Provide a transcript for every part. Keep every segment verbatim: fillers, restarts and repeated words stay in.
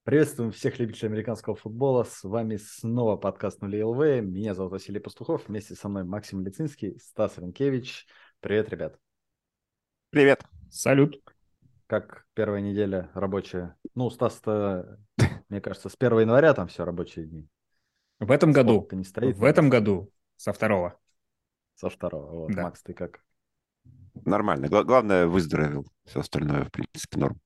Приветствуем всех любителей американского футбола. С вами снова подкаст «Нули ЛВ». Меня зовут Василий Пастухов. Вместе со мной Максим Лицинский, Стас Ренкевич. Привет, ребят. Привет. Салют. Как первая неделя рабочая? Ну, у Стаса, мне кажется, с первого января там все рабочие дни. В этом году. Спорт-то не стоит В на этом месте. году. Со второго. Со второго. Вот, Да. Макс, ты как? Нормально. Гла- главное, выздоровел. Все остальное, в принципе, норм.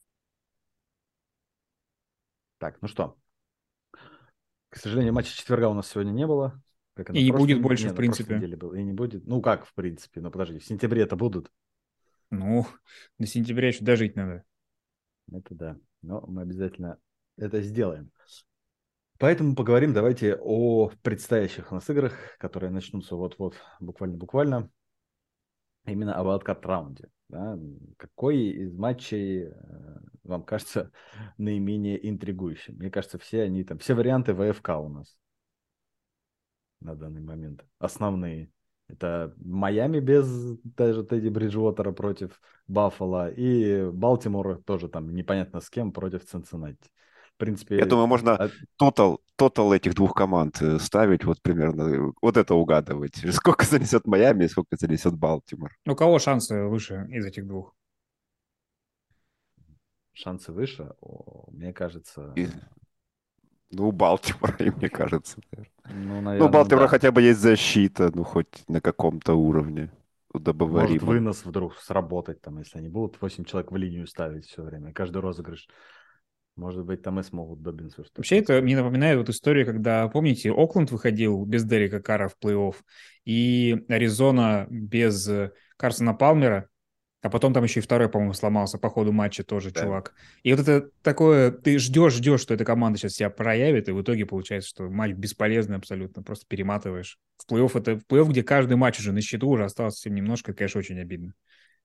Так, ну что. К сожалению, матча четверга у нас сегодня не было. Как и на И не будет прошлой, больше, не, в на прошлой принципе. неделе было. И не будет. Ну, как, в принципе? Ну, подожди, в сентябре это будут. Ну, до сентября еще дожить надо. Это да. Но мы обязательно это сделаем. Поэтому поговорим давайте о предстоящих у нас играх, которые начнутся вот-вот, буквально-буквально. Именно о вайлдкарт-раунде. Да? Какой из матчей э, вам кажется наименее интригующим? Мне кажется, все они там, все варианты ВФК у нас на данный момент. Основные. Это Майами без даже Тедди Бриджуотера против Баффало и Балтимор тоже там непонятно с кем против Цинциннати. В Я принципе, думаю, можно а- тотал, тотал этих двух команд э, ставить, вот примерно, э, вот это угадывать. Сколько занесет Майами и сколько занесет Балтимор. У кого шансы выше из этих двух? шансы выше, о, мне И, кажется, ну, у Балтимора, и мне кажется. наверное. ну, Ну, у наверное, Балтимора да. хотя бы есть защита, ну, хоть на каком-то уровне Может удобоваримом. вынос вдруг сработать, там, если они будут восемь человек в линию ставить все время, каждый розыгрыш. Может быть, там и смогут Доббинсу что-то Вообще, это подстроить. мне напоминает вот историю, когда, помните, Окленд выходил без Дерека Карра в плей-офф, и Аризона без э, Карсона Палмера, а потом там еще и второй, по-моему, сломался по ходу матча тоже Да. чувак. И вот это такое, ты ждешь, ждешь, что эта команда сейчас себя проявит, и в итоге получается, что матч бесполезный абсолютно, просто перематываешь. В плей-офф это в плей-офф, где каждый матч уже на счету, уже осталось совсем немножко, это, конечно, очень обидно.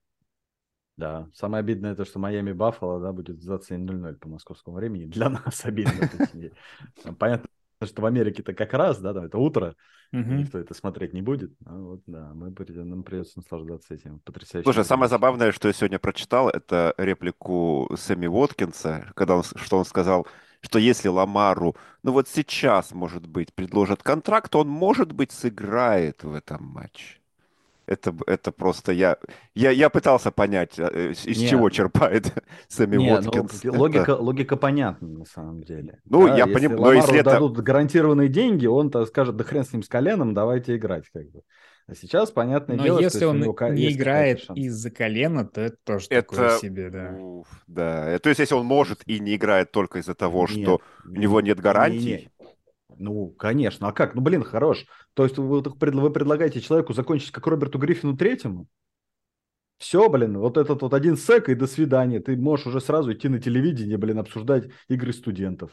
Да, самое обидное то, что Майами Баффало, да, будет в двадцать один ноль ноль по московскому времени. Для нас обидно. То есть, не- там понятно, что в Америке-то как раз, да, там это утро, и Мгм. никто это смотреть не будет. А вот, да, мы, при- нам придется наслаждаться этим потрясающим Слушай, самое зрелищем. забавное, что я сегодня прочитал, это реплику Сэмми Уоткинса, когда он, с- что он сказал, что если Ламару, ну вот сейчас, может быть, предложат контракт, он, может быть, сыграет в этом матче. Это, б- это просто я, я, я пытался понять, э, из из Не, чего черпает Сэмми Не, ну Уоткинс. Это, логика, логика понятна на самом деле. ну, Да, я если понимаю, но если Ламару это, дадут гарантированные деньги, он-то скажет, да хрен с ним с коленом, давайте играть. Как бы. А сейчас понятное Но дело, что если если у он него ка- не есть какая-то играет шанс. из-за колена, то это тоже такое это, себе, да. уф, да. Э, То есть, если он может и не играет только из-за того, что Нет, у него нет не-не. гарантий, Ну, конечно. А как? Ну, блин, хорош. То есть вы, так пред- вы предлагаете человеку закончить как Роберту Гриффину третьему? Все, блин, вот этот вот один сек и до свидания. Ты можешь уже сразу идти на телевидение, блин, обсуждать игры студентов.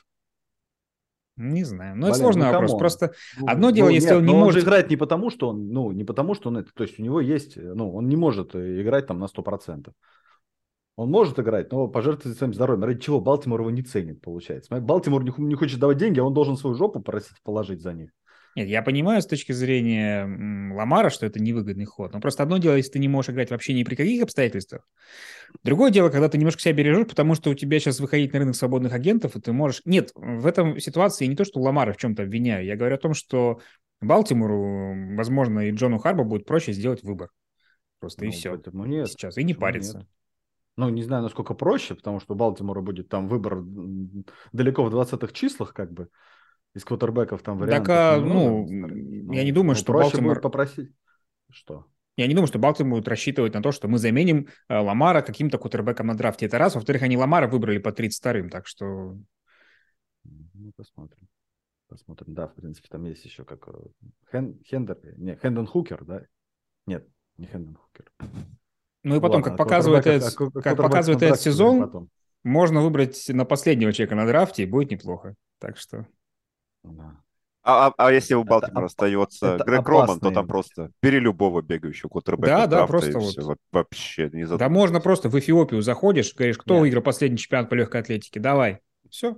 Не знаю. Ну, это Блин, ну сложный вопрос. камон. Просто одно Ну, дело, ну если нет, он не но он же может... играет не потому, что он, ну, не потому, что он это, то есть у него есть, э, ну, он не может э, играть там на сто процентов. Он может играть, но пожертвовать своим здоровьем. Ради чего Балтимор его не ценит, получается. Смотри, Балтимор не, ху- не хочет давать деньги, а он должен свою жопу просить положить за них. Нет, я понимаю с точки зрения м, Ламара, что это невыгодный ход. Но просто одно дело, если ты не можешь играть вообще ни при каких обстоятельствах. Другое дело, когда ты немножко себя бережешь, потому что у тебя сейчас выходить на рынок свободных агентов, и ты можешь... Нет, в этом ситуации я не то, что Ламара в чем-то обвиняю. Я говорю о том, что Балтимору, возможно, и Джону Харбо будет проще сделать выбор. Просто и Ну, все. поэтому нет. Сейчас. И не Почему нет? париться. Ну, не знаю, насколько проще, потому что у Балтимора будет там выбор м, далеко в двадцатых числах, как бы. Из квотербеков там Так, вариантов а, немного ну, на столе. я не Ну, думаю, ну, что проще будет Балтимор попросить. Что? Я не думаю, что Балтимор будет рассчитывать на то, что мы заменим э, Ламара каким-то кутербеком на драфте. Это раз. Во-вторых, они Ламара выбрали по тридцать вторым, так что... Ну, посмотрим. Посмотрим. Да, в принципе, там есть еще как э, Хен, Хендер, не, Хендон Хукер, да? Нет, не Хендон Хукер. Ну и Ну потом, ладно, как о показывает квотербеках, этот, о кв- как квотербеках на показывает этот драфте поговорим сезон, потом. можно выбрать на последнего человека на драфте, и будет неплохо. Так что... Да. а, а, а если у Это, Балтимора оп- остается это Грег Роман, то опасная там вещь. просто бери любого бегающего квотербека Да, с да, драфта и просто все. вот... Во- Вообще, не Да можно задумываясь. просто в Эфиопию заходишь, говоришь, кто Нет, выиграл последний чемпионат по легкой атлетике, давай. Все,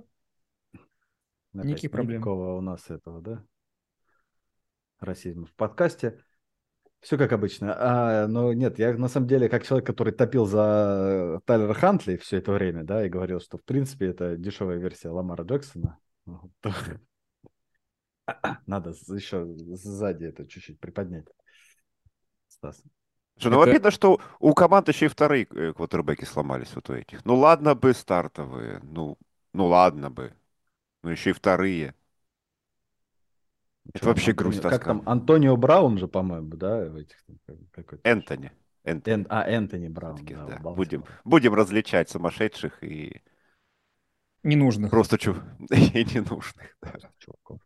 опять никаких проблем. никакого у нас этого, да, расизма в подкасте. Все как обычно. А, но нет, я на самом деле, как человек, который топил за Тайлера Хантли все это время, да, и говорил, что в принципе это дешевая версия Ламара Джексона. Вот, то надо еще сзади это чуть-чуть приподнять. Стас. Слушай, ну Это обидно, что у команд еще и вторые э, квотербеки сломались вот у этих. Ну ладно бы стартовые, ну, ну ладно бы, ну еще и вторые. Что Это там, вообще грусть Антонио? Как тоска. там? Антонио Браун же, по-моему, да, в этих там, как- какой-то еще. Энтони, Энтони, Эн- а, Энтони Браун, все-таки, да, у да. Будем, Балтимора. будем различать сумасшедших и ненужных. просто чу... и ненужных. Да. Просто чуваков.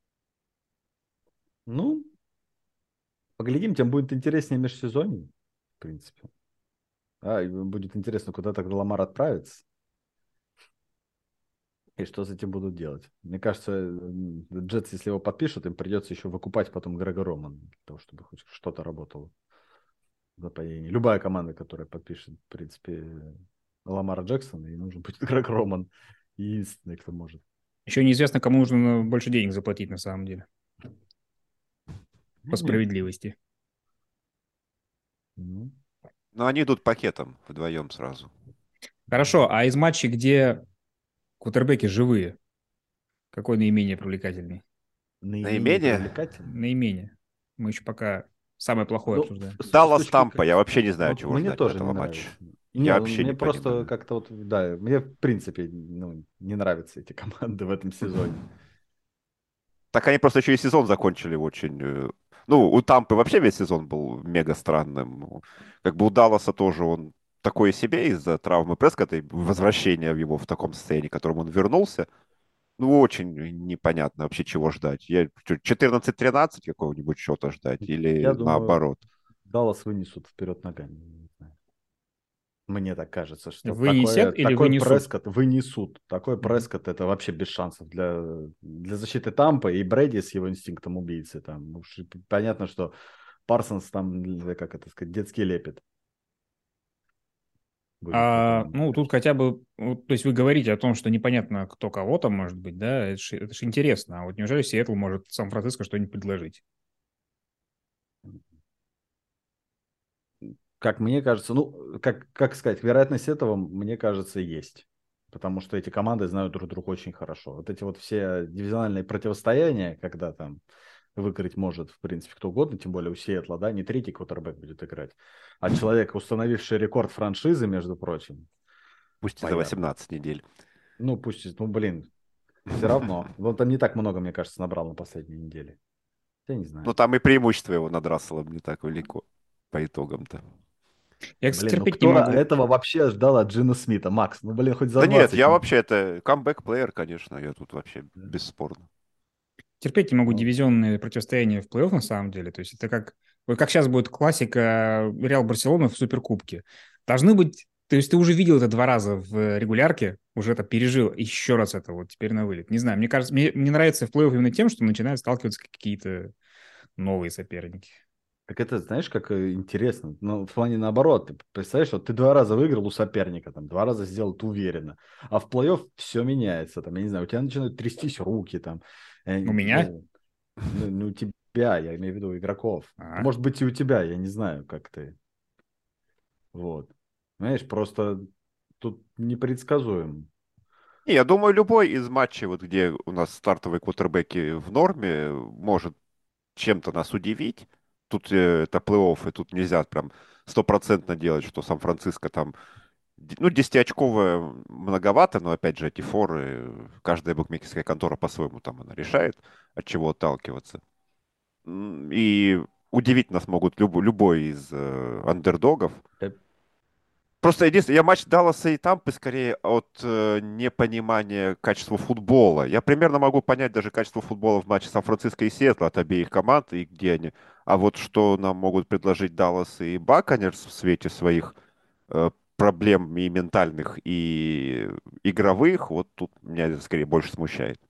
Ну, поглядим, тем будет интереснее межсезонье, в принципе. А, и будет интересно, куда тогда Ламар отправится. И что с этим будут делать? Мне кажется, м, Джетс, если его подпишут, им придется еще выкупать потом Грега Романа, для того, чтобы хоть что-то работало в нападении. Любая команда, которая подпишет, в принципе, Ламара Джексона, и нужен будет Грег Роман. Единственный, кто может. Еще неизвестно, кому нужно больше денег заплатить на самом деле. По Нет. справедливости. Ну, Но они идут пакетом вдвоем сразу. Хорошо, а из матчей, где квотербеки живые, какой наименее привлекательный? наименее Наименее привлекательный. Наименее. Мы еще пока самое плохое Ну, обсуждаем. с, с Даллас точки... Тампа, я вообще не знаю, Вот чего мне ждать от тоже не этого матча. нравится. Я Не, вообще мне не просто понимаю. как-то вот, да, мне в принципе ну, не нравятся эти команды в этом сезоне. Так они просто еще и сезон закончили очень... э, Ну, у Тампы вообще весь сезон был мега странным. Ну, как бы у Далласа тоже он такой себе из-за травмы Прескотта и возвращения его в таком состоянии, к которому он вернулся. Ну, очень непонятно вообще, чего ждать. Я четырнадцать тринадцать какого-нибудь счета ждать или Я думаю, наоборот. Даллас вынесут вперед ногами. Не знаю. Мне так кажется, что такое, Вынесет или такой вынесут? Прескотт вынесут. Такой Мгм. Прескотт это вообще без шансов для, для защиты Тампы и Брэди с его инстинктом убийцы. Там. Уж понятно, что Парсонс там, как это сказать, детский лепет будет А, потом, мне ну, тут кажется. хотя бы, вот, то есть вы говорите о том, что непонятно, кто кого там может быть, да, это же, это ж интересно. А вот неужели Сиэтл может Сан-Франциско что-нибудь предложить? Как мне кажется, ну, как, как сказать, вероятность этого, мне кажется, есть. Потому что эти команды знают друг друга очень хорошо. Вот эти вот все дивизиональные противостояния, когда там выиграть может, в принципе, кто угодно, тем более у Сиэтла, да, не третий квотербек будет играть, а человек, установивший рекорд франшизы, между прочим, Пусть и за понятно. восемнадцать недель. Ну, пусть, ну, блин, все равно. Он там не так много, мне кажется, набрал на последней неделе. Я не Но знаю. там и преимущество его над Расселом не так велико по итогам-то. Я, кстати, Блин, ну терпеть не кто могу. этого вообще ждал от Джина Смита? Макс, ну, блин, хоть за Да нет, двадцать. я вообще это камбэк-плеер, конечно, я тут вообще бесспорно. Терпеть не могу Ну, дивизионные противостояния в плей-офф на самом деле. То есть это как, вот как сейчас будет классика Реал Барселона в Суперкубке. Должны быть, то есть ты уже видел это два раза в регулярке, уже это пережил, еще раз это вот теперь на вылет. Не знаю, мне кажется, мне, мне нравится в плей-офф именно тем, что начинают сталкиваться какие-то новые соперники. так это, знаешь, как э, интересно. Ну, в плане наоборот. Ты представляешь, вот ты два раза выиграл у соперника, там, два раза сделал это уверенно. А в плей-офф все меняется. Там, я не знаю, у тебя начинают трястись руки, там. э, У меня? ну, ну, не у тебя, я имею в виду игроков. А. Может быть, и у тебя, я не знаю, как ты. Вот. Знаешь, просто тут непредсказуемо. Не, я думаю, любой из матчей, вот где у нас стартовые квотербеки в норме, может чем-то нас удивить. Тут э, это плей-офф, и тут нельзя прям стопроцентно делать, что Сан-Франциско там, д- ну, десятиочковое многовато, но опять же эти форы, каждая букмекерская контора по-своему там она решает, от чего отталкиваться. М, И удивить нас могут любо- любой из э, андердогов. Э, Просто единственное, я матч Далласа и Тампы скорее от э, непонимания качества футбола. Я примерно могу понять даже качество футбола в матче Сан-Франциско и Сиэтла от обеих команд и где они. А вот что нам могут предложить Даллас и Баконерс в свете своих э, проблем и ментальных, и игровых, вот тут меня это скорее больше смущает.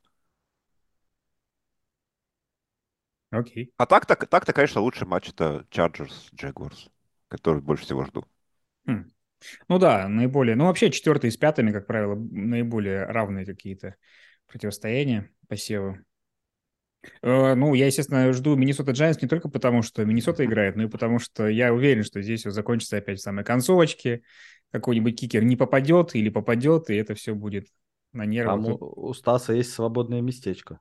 Окей. А так-то, так-то, конечно, лучший матч это Chargers Jaguars, который больше всего жду. Хм. Ну да, наиболее, ну вообще четвертые с пятыми, как правило, наиболее равные какие-то противостояния по севу. Э, Ну, я, естественно, жду Миннесота Giants не только потому, что Миннесота играет, но и потому, что я уверен, что здесь все закончится опять в самой концовочке. Какой-нибудь кикер не попадет или попадет, и это все будет на нервах. Там у, Тут у Стаса есть свободное местечко.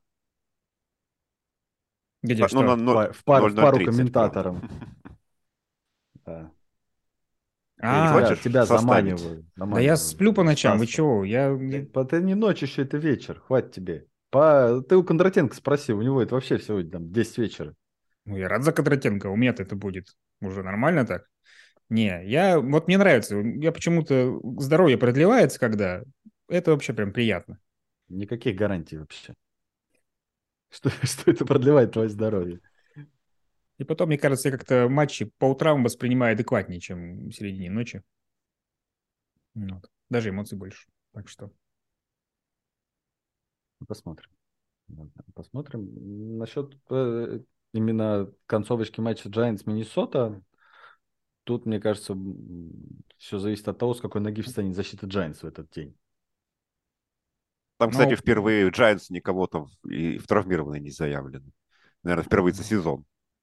где А, Ну, на что? В, но- па- в пару, в пару ноль ноль тридцать, правда. комментаторам. Да. Я Не А, тебя, хочешь тебя составить? заманиваю. да я Заманиваю. сплю по ночам, вы Стаса. чего? Я... Ты, я- по- ты не ночь еще, это вечер. Хватит тебе. По, ты у Кондратенко спроси, у него это вообще сегодня там десять вечера. Ну, я рад за Кондратенко, у меня-то это будет уже нормально так. Не, я... Вот мне нравится, я почему-то... Здоровье продлевается, когда... Это вообще прям приятно. Никаких гарантий вообще. Что, что это продлевает твое здоровье. И потом, мне кажется, я как-то матчи по утрам воспринимаю адекватнее, чем в середине ночи. Вот. Даже эмоций больше. Так что... Посмотрим. Ладно, посмотрим. Насчет э, именно концовочки матча Giants Миннесота, тут, мне кажется, все зависит от того, с какой ноги встанет защита Giants в этот день. Там, кстати, Ну, впервые Giants никого там и в травмированные не заявлено. Наверное, впервые за сезон.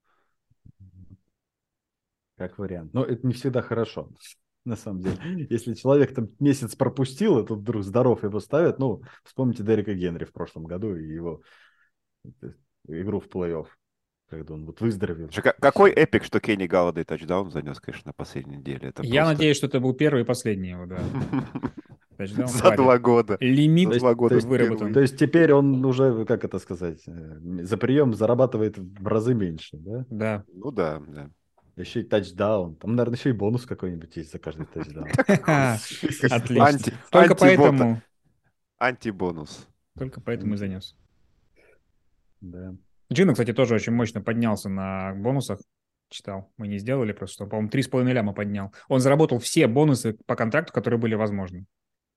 Как вариант. Но это не всегда хорошо, на самом деле. Если человек там месяц пропустил, и тут вдруг здоров его ставят, ну, вспомните Дерека Генри в прошлом году и его э, игру в плей-офф, когда он вот выздоровел. Слушай, ка- Какой эпик, что Кенни Галладей тачдаун занес, конечно, на последней неделе. Это я просто надеюсь, что это был первый и последний его, да. Тачдаун. за Хватит. два года. За Лимит То есть, два то года есть, выработан. то есть теперь он уже, как это сказать, э, за прием зарабатывает в разы меньше, да? Да. Ну да, да. Еще и тачдаун. Там, наверное, еще и бонус какой-нибудь есть за каждый тачдаун. Отлично. Анти, Только антибот- поэтому, антибонус. только поэтому и занес. Да. Джина, кстати, тоже очень мощно поднялся на бонусах. Читал. Мы не сделали просто, что, по-моему, три с половиной ляма поднял. Он заработал все бонусы по контракту, которые были возможны.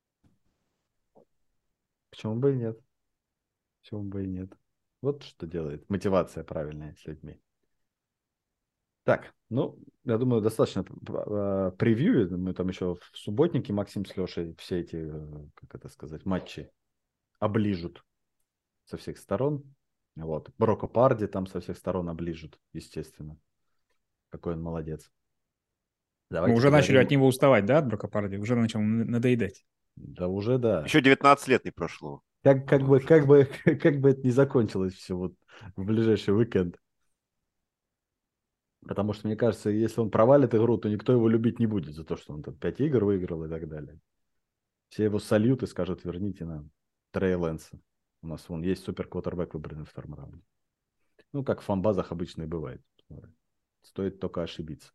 Почему бы и нет? Почему бы и нет? Вот что делает мотивация правильная с людьми. Так, ну, я думаю, достаточно э, превью. Мы там еще в субботнике Максим с Лешей все эти, э, как это сказать, матчи оближут со всех сторон. Вот. Броко Парди там со всех сторон оближут, естественно. Какой он молодец. Мы Давайте уже начали от поговорим. него уставать, да, от Брокопарди? Уже начал надоедать. Да уже да. Еще девятнадцать лет не прошло. Как, как, Ну, бы, уже. как, бы, как бы это ни закончилось все вот в ближайший уикенд. Потому что, мне кажется, если он провалит игру, то никто его любить не будет за то, что он там пять игр выиграл и так далее. Все его сольют и скажут, верните нам Трей Лэнса. У нас вон есть супер квотербек, выбранный в втором раунде. Ну, как в фанбазах обычно и бывает. Стоит только ошибиться.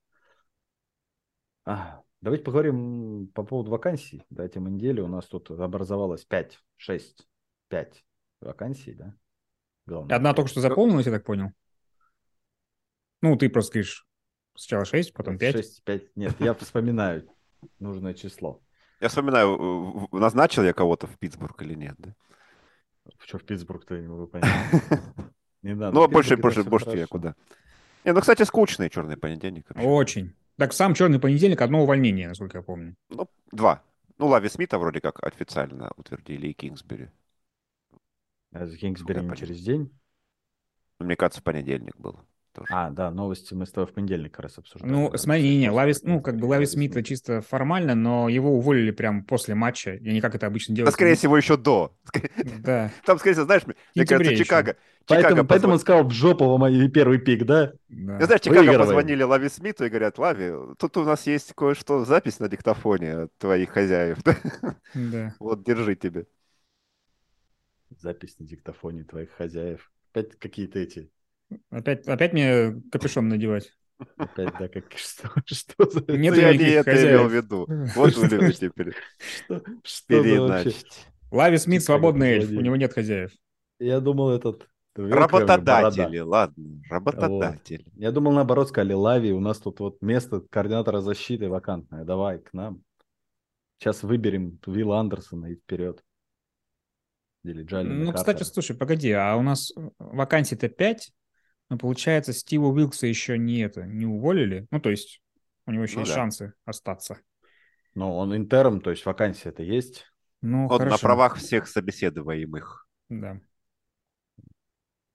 А, давайте поговорим по поводу вакансий. Да, тем неделе у нас тут образовалось пять, шесть, пять вакансий, да? Главное. Одна только что заполнилась, я так понял. Ну, ты просто говоришь, сначала шесть, потом пять. шесть, пять, нет, я вспоминаю нужное число. Я вспоминаю, в- в- назначил я кого-то в Питтсбург или нет. Да? Что в Питтсбург-то я не могу понять. Не надо. Ну, В больше, Питтсбурге-то больше, всё больше я хорошо. куда. Не, ну, кстати, скучный черный понедельник. вообще. Очень. Так сам черный понедельник, одно увольнение, насколько я помню. Ну, два. Ну, Лави Смита вроде как официально утвердили, и Кингсбери. А с Кингсбери Я не понял. через день? Ну, мне кажется, в понедельник был тоже. А, да, новости мы с тобой в понедельник как раз обсуждали. Ну, да, смотри, насчет не, не, доступа Лавис, ну, как Кингсбери бы и Лави Лави Смита Смита. чисто формально, но его уволили прямо после матча. Я не как это обычно Да, делают. скорее всего, еще до. Да, Там, скорее всего, знаешь, мне в мне кажется, сентябре еще. Чикаго. Чикаго Поэтому, поэтому он позвонил. сказал, в жопу вам мой первый пик, да? Я Да. знаю, Чикаго Выигрываем. позвонили Лави Смиту и говорят, Лави, тут у нас есть кое-что, запись на диктофоне от твоих хозяев. Да. Вот, держи тебе. Запись на диктофоне твоих хозяев. Опять какие-то эти. Опять, опять мне капюшон надевать. Опять, да, как что, что за... Нет Ну, я не никаких это имел в хозяев. виду. Вот вы Что- любите пере- Что, что за вообще? переиначить. Лави Смит Чикаго свободный эльф, у позвонили. него нет хозяев. Я думал, этот... Великая у него борода. Работодатели, ладно, Вот. работодатели. Я думал, наоборот, сказали, Лави, у нас тут вот место координатора защиты вакантное. Давай к нам. Сейчас выберем Вилла Андерсона и вперед. Или Джалина Ну, кстати, Картера. слушай, погоди, а у нас вакансий-то пять, но получается, Стива Уилкса еще не это, не уволили. Ну, то есть у него еще Ну есть да. шансы остаться. Ну, он интерм, то есть вакансия-то есть. Ну, Он на хорошо. правах всех собеседуемых. Да.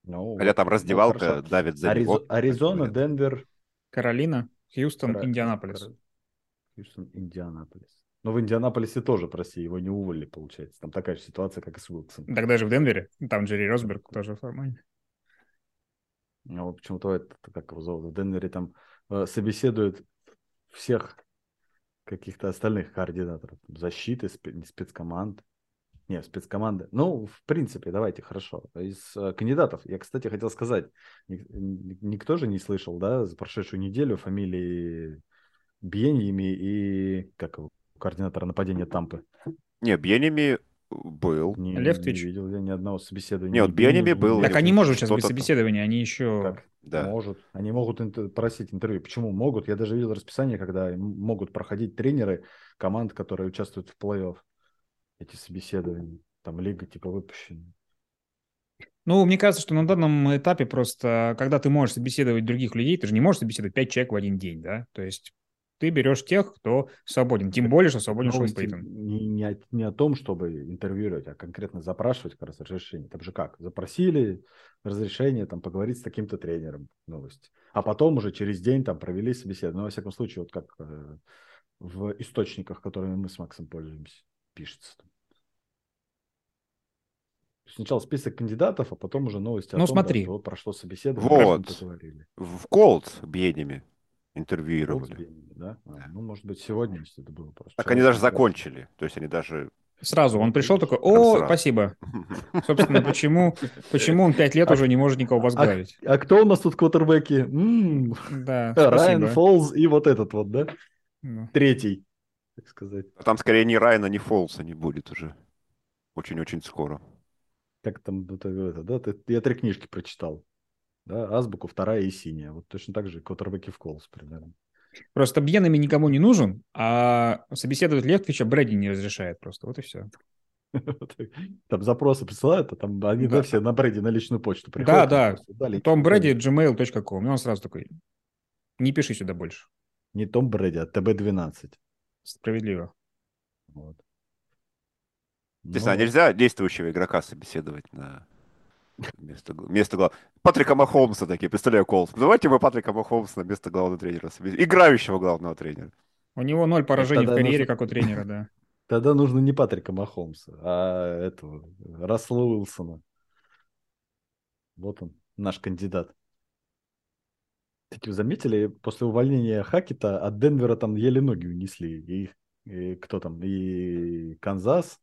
Ну, Хотя вот, там ну, раздевалка хорошо. давит за Аризо- него, как Аризона, говорят. Денвер, Каролина, Хьюстон, Кара- Индианаполис. Кара- Хьюстон, Индианаполис. Но в Индианаполисе тоже, прости, его не уволили, получается. Там такая же ситуация, как и с Уилксом. Так даже в Денвере, там Джерри Росберг Да. тоже в формате. А вот почему-то это, как его зовут, в Денвере там э, собеседуют всех каких-то остальных координаторов. Защиты, спе- спецкоманд. Не, спецкоманды. Ну, в принципе, давайте, хорошо. Из э, кандидатов, я, кстати, хотел сказать, ник- ник- никто же не слышал, да, за прошедшую неделю фамилии Бьеньями и, как его, координатора нападения Тампы. Не, Бьенеми был. Не, не Левтвич. видел я ни одного собеседования. Не, Ни вот Бьенеми Бьеньями, был, ни у Так них они Левтвича. могут сейчас быть что-то там. собеседования, они еще... Как? Да. Могут. Они могут интер- просить интервью. Почему могут? Я даже видел расписание, когда м- могут проходить тренеры команд, которые участвуют в плей-офф. Эти собеседования. Там лига типа выпущена. Ну, мне кажется, что на данном этапе просто, когда ты можешь собеседовать других людей, ты же не можешь собеседовать пять человек в один день, да? То есть ты берешь тех, кто свободен. Тем Так, более, что так свободен Шон новости Пейтон. не, не, о, не о том, чтобы интервьюировать, а конкретно запрашивать как раз разрешение. Там же как? Запросили разрешение там поговорить с таким-то тренером. Новости. А потом уже через день там провели собеседование. Ну, во всяком случае, вот как э, в источниках, которыми мы с Максом пользуемся, пишется. Сначала список кандидатов, а потом уже новости о Ну, том, да, смотри. что вот прошло собеседование, о чем Вот. поговорили. В Колдс Бьенеми Вот интервьюировали. Бенни, да? А, ну, может быть, сегодня, если это было просто. Так Вчера они еще даже не было. закончили. То есть они даже Сразу он Вот пришел видишь. такой, прям о, сразу. спасибо. Собственно, почему, почему он пять лет А, уже не может никого а- возглавить? а кто у нас тут квотербеки? М, Да, Райан спасибо. Фолз и вот этот вот, да? Ну. Третий, так сказать. А там скорее ни Райана, ни Фолса не будет уже. Очень-очень скоро. Как там это, это, да? Ты- я три книжки прочитал. Да? Азбуку, вторая и синяя. Вот точно так же квотербеки в Колс примерно. Просто Бьенами никому не нужен, а собеседовать Левтвича Брэди не разрешает просто. Вот и все. Там запросы присылают, а там они, да, Да, все на Брэди на личную почту да, приходят. да. вопросы. Да, лично Том Брэди, Брэди. джимейл точка ком. И он сразу такой, не пиши сюда больше. Не Том Брэди, а Т Б двенадцать. Справедливо. Вот. Естественно, Ну а вот. нельзя действующего игрока собеседовать на место, гла- место главного. Патрика Махомса такие, представляю, Колс. Давайте мы Патрика Махомса на место главного тренера собеседуем. Играющего главного тренера. У него ноль Это поражений в тогда карьере, нужно, как у тренера, да. тогда нужно не Патрика Махомса, а этого Рассела Уилсона. Вот он, наш кандидат. Кстати, вы заметили, после увольнения Хакета от Денвера там еле ноги унесли. И, и кто там? И Канзас,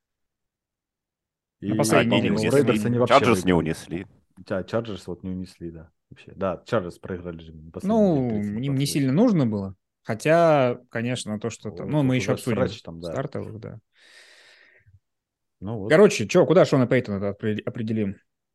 На и, А одни последней не по-моему, неделе Рейдерс унесли. они сменили. вообще Чарджерс не выиграли. унесли. А Чарджерс вот не унесли, да. Вообще. Да, Чарджерс проиграли же на последней неделе Ну, тридцать им не двадцать восемь. сильно нужно было. Хотя, конечно, то, что... там- Вот, Ну, мы вот еще уже обсудим срач там, да. стартовых, да. Ну вот. Короче, что, куда Шона Пейтона определим?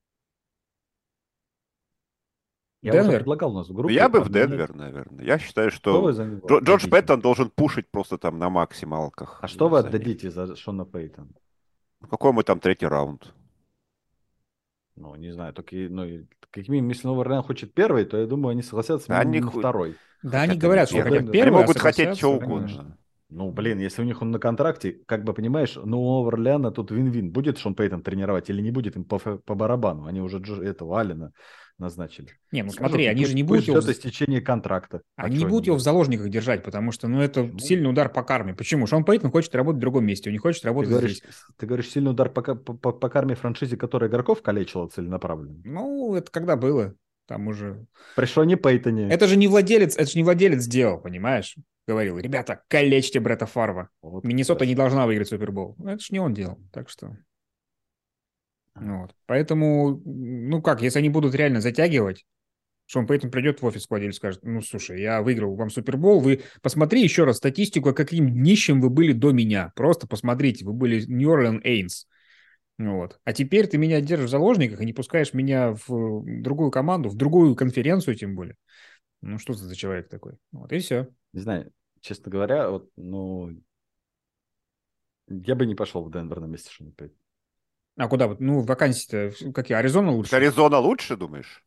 Я уже Денвер? предлагал у нас в Ну, группе я бы в обменять. Денвер, наверное. Я считаю, Что вы что за него Джо- Джордж отдадите? Пэттон должен пушить просто там на максималках А что вы за них. отдадите за Шона Пейтона? Ну, какой мы там третий раунд? Ну, не знаю, только, и- ну, и как минимум, если новый вариант хочет первый, то я думаю, они согласятся Да они минимум на ху- второй. Да, они хотят говорят, что первый. хотят Они Они первый, а могут хотеть что согласятся, угодно. конечно. Ну, блин, если у них он на контракте, как бы, понимаешь, ну, у Нового Орлеана тут вин-вин. Будет Шон Пейтон тренировать или не будет, им по, ф- по барабану. Они уже Джо- этого Алина назначили. Не, ну Скажут, смотри, ну, они же пусть, не пусть будут его... ждет в- истечения контракта. А Они не чё будут они его в будут? заложниках держать, потому что, ну, это Почему? сильный удар по карме. Почему? Шон Пейтон хочет работать в другом месте, он не хочет Ты работать говоришь, здесь. ты говоришь, сильный удар по, ка- по, по- по карме франшизе, которая игроков калечила целенаправленно. Ну, это когда было? Там уже... При Шоне Пейтоне. Это же не владелец, это же не владелец сделал, понимаешь? Говорил, ребята, калечьте Бретта Фарва. Вот, Миннесота не красиво. должна выиграть Супербол. Ну, это же не он делал, так что... Ага. Вот. Поэтому, ну как, если они будут реально затягивать, Шон Пейтон придет в офис к владельцу и скажет, ну, слушай, я выиграл вам Супербол, вы посмотри еще раз статистику, каким днищем вы были до меня. Просто посмотрите, вы были Нью-Орлеан Эйнс. Вот. А теперь ты меня держишь в заложниках и не пускаешь меня в другую команду, в другую конференцию тем более. Ну, что ты за человек такой? Вот и все. Не знаю, честно говоря, вот, ну, я бы не пошел в Денвер на месте Шона Пейтона. А куда вот? Ну, вакансии-то какие? Аризона Так лучше? Аризона лучше, думаешь?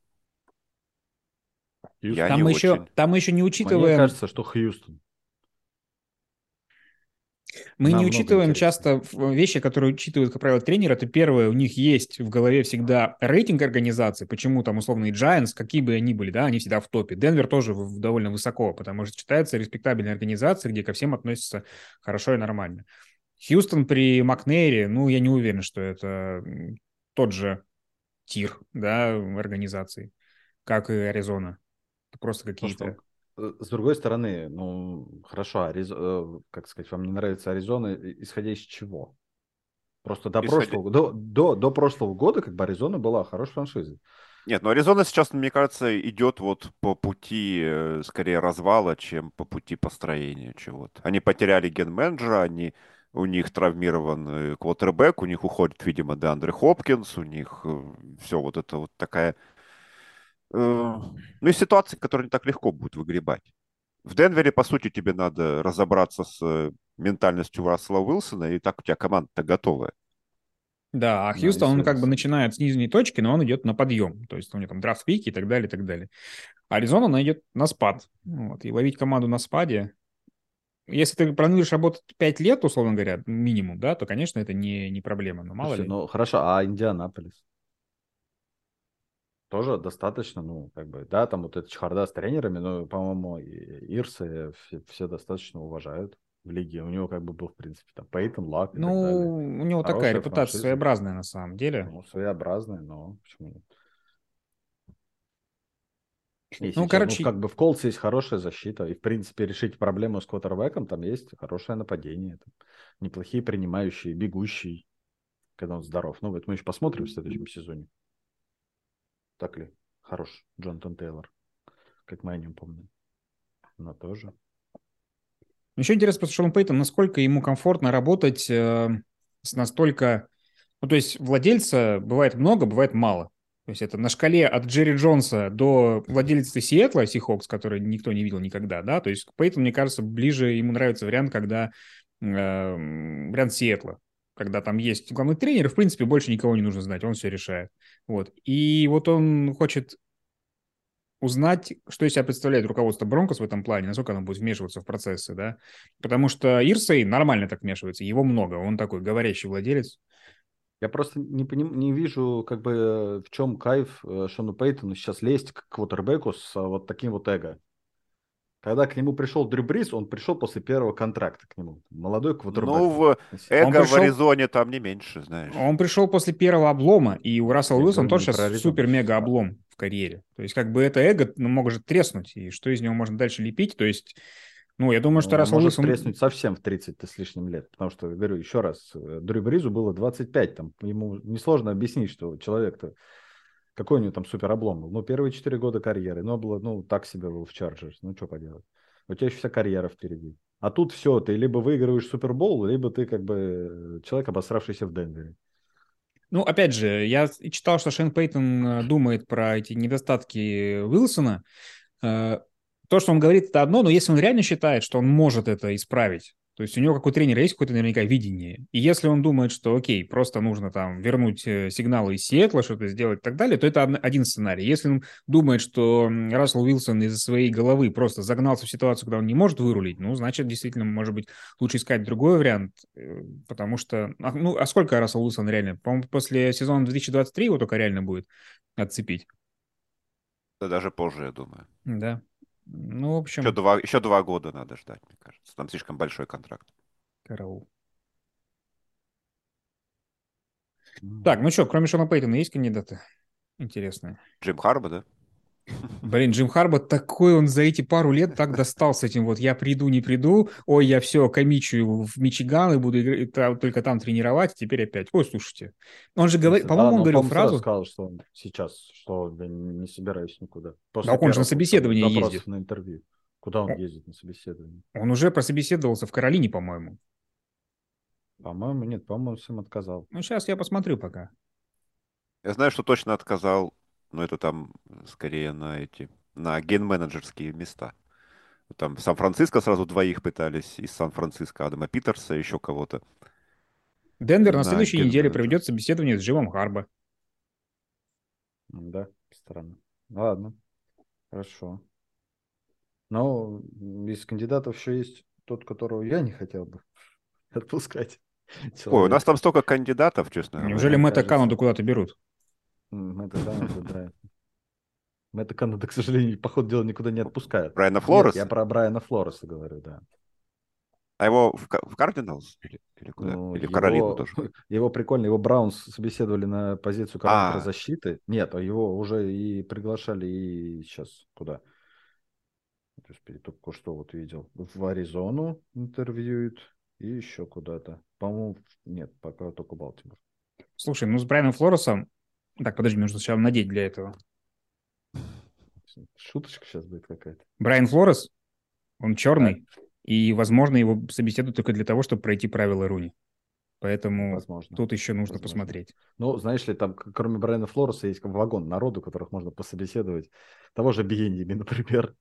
Я Там не мы еще, очень. там мы еще не Мне учитываем... кажется, что Хьюстон. Мы не Намного учитываем интереснее. часто в- вещи, которые учитывают, как правило, тренеры. Это первое, у них есть в голове всегда рейтинг организации, почему там условные Giants, какие бы они были, да, они всегда в топе. Денвер тоже в- довольно высоко, потому что считается респектабельной организацией, где ко всем относятся хорошо и нормально. Хьюстон при Макнейре, ну, я не уверен, что это м, тот же тир, да, организации, как и Аризона. Это просто Слушай, какие-то... ну, э, с другой стороны, ну, хорошо, Ариз- э, как сказать, вам не нравится Аризона, и- исходя из чего? Просто до Исходя... прошлого, до, до, до прошлого года как бы Аризона была хорошей франшизой. Нет, но Аризона сейчас, мне кажется, идет вот по пути э, скорее развала, чем по пути построения чего-то. Они потеряли ген-менеджера, они, у них травмирован э, квотербек, у них уходит, видимо, Деандре Хопкинс, у них все вот это вот такая... э, ну, и ситуации, которые не так легко будет выгребать. В Денвере, по сути, тебе надо разобраться с э, ментальностью Рассела Уилсона, и так у тебя команда-то готовая. Да, а Да, Хьюстон, он если как бы с- начинает с нижней точки, но он идет на подъем. То есть у него там драфт-пики и так далее, и так далее. А Аризона, она идет на спад. Вот. И ловить команду на спаде, если ты планируешь работать пять лет, условно говоря, минимум, да, то, конечно, это не, не проблема. Но мало Слушайте, ли. ну хорошо, а Индианаполис? Тоже достаточно, ну, как бы, да, там вот эта чехарда с тренерами, но, по-моему, и Ирсы все, все достаточно уважают в лиге. У него как бы был, в принципе, там Пейтон, Лак и так далее. Ну, у него такая Хорошая репутация франшиза, своеобразная на самом деле. ну, своеобразная, но почему нет? И Ну, сейчас, ну, короче, как бы в Колце есть хорошая защита, и, в принципе, решить проблему с квотербеком, там есть хорошее нападение, там, неплохие принимающие, бегущие, когда он здоров. Ну, вот мы еще посмотрим в следующем сезоне, так ли хорош Джонатан Тейлор, как мы о нем помним. Но тоже. еще интересно просто Шон Пейтон, насколько ему комфортно работать э, с настолько... Ну, то есть владельца бывает много, бывает мало. То есть это на шкале от Джерри Джонса до владельца Сиэтла, Сихокс, который никто не видел никогда, да, то есть Пейтон, мне кажется, ближе ему нравится вариант, когда э, вариант Сиэтла, когда там есть главный тренер, и, в принципе, больше никого не нужно знать, он все решает. Вот. И вот он хочет узнать, что из себя представляет руководство Бронкос в этом плане, насколько оно будет вмешиваться в процессы, да. Потому что Ирсей нормально так вмешивается, его много, он такой говорящий владелец. Я просто не, поним, не вижу, как бы, в чем кайф э, Шону Пейтону сейчас лезть к квотербеку с а, вот таким вот эго. Когда к нему пришел Дрю Брис, он пришел после первого контракта к нему. Молодой Ну, квотербек был. в Он эго в пришел, Аризоне там не меньше, знаешь. он пришел после первого облома, и у Рассела Я Уилсона говорю тоже не сейчас про Аризону. супер-мега А, облом в карьере. То есть как бы это эго ну, может треснуть, и что из него можно дальше лепить. То есть, ну, я думаю, ну, что он Рассел может Уилсон... треснуть совсем в тридцать с лишним лет. Потому что, говорю еще раз, э, Дрю Бризу было двадцать пять. Там, ему несложно объяснить, что человек-то... Какой у него там супер облом был? Ну, первые четыре года карьеры. Но было, ну, так себе был в Чарджерс. Ну, что поделать. У тебя еще вся карьера впереди. А тут все, ты либо выигрываешь Супербол, либо ты как бы человек, обосравшийся в Денвере. Ну, опять же, я читал, что Шен Пейтон э, думает про эти недостатки Уилсона. Э, То, что он говорит, это одно, но если он реально считает, что он может это исправить, то есть у него, как у тренера, есть какое-то наверняка видение. И если он думает, что окей, просто нужно там вернуть э, сигналы из Сиэтла, что-то сделать и так далее, то это од- один сценарий. Если он думает, что м, Рассел Уилсон из-за своей головы просто загнался в ситуацию, когда он не может вырулить, ну, значит, действительно, может быть, лучше искать другой вариант, э, потому что... а, Ну, а сколько Рассел Уилсон реально? По-моему, после сезона две тысячи двадцать три его только реально будет отцепить. Да даже позже, я думаю. Да. Ну, в Еще общем, два, еще два года надо ждать, мне кажется. Там слишком большой контракт. караул. Так, Мгм. ну что, кроме Шона Пейтона есть кандидаты интересные? Джим Харбо, да? Блин, Джим Харбо такой, он за эти пару лет так достал с этим вот «я приду, не приду», ой, я все, комичу в Мичиган и буду игр- та- только там тренировать, теперь опять. Ой, слушайте. Он же В говорит, смысле, да, по-моему, он но он, говорил по-моему, сразу фразу, сказал, что он сейчас, что я не собираюсь никуда. да После он же на первых двух там собеседование ездит. запросов на интервью. Куда он Он, ездит на собеседование? он уже прособеседовался в Каролине, по-моему. По-моему, нет, по-моему, всем отказал. Ну, сейчас я посмотрю пока. Я знаю, что точно отказал, но это там скорее на эти, на ген-менеджерские места. Там в Сан-Франциско сразу двоих пытались, из Сан-Франциско Адама Питерса, еще кого-то Денвер на на следующей неделе ген-менеджера. проведет собеседование с Джимом Харбо. М, Да, странно. Ладно, хорошо. Но м, из кандидатов еще есть тот, которого я не хотел бы. отпускать Ой, у человека. нас там столько кандидатов, честно Неужели говоря. Мэтта кажется. Канаду куда-то берут? М, Мэтта Канада, да. Мэтта Канада, к сожалению, по ходу дела никуда не отпускают. Брайана Нет, я Флореса? про Брайана Флореса говорю, да. А его в, Ка- в Кардиналс? Или, или куда? Ну, Или в Каролину его, тоже? его прикольно, его Браунс собеседовали на позицию координатора А, защиты. Нет, а его уже и приглашали, и сейчас куда? Господи, только что вот видел. В Аризону интервьюют и еще куда-то. По-моему, нет, пока только Балтимор. Слушай, ну с Брайаном Флоресом... Так, подожди, мне нужно сначала надеть для этого. Шуточка сейчас будет какая-то. Брайан Флорес, он Да, черный, и, возможно, его собеседуют только для того, чтобы пройти правила Руни. Поэтому возможно. тут еще нужно Возможно. посмотреть. Ну, знаешь ли, там, к- кроме Брайана Флореса, есть как бы вагон народу, которых можно пособеседовать. Того же Биеньями, например.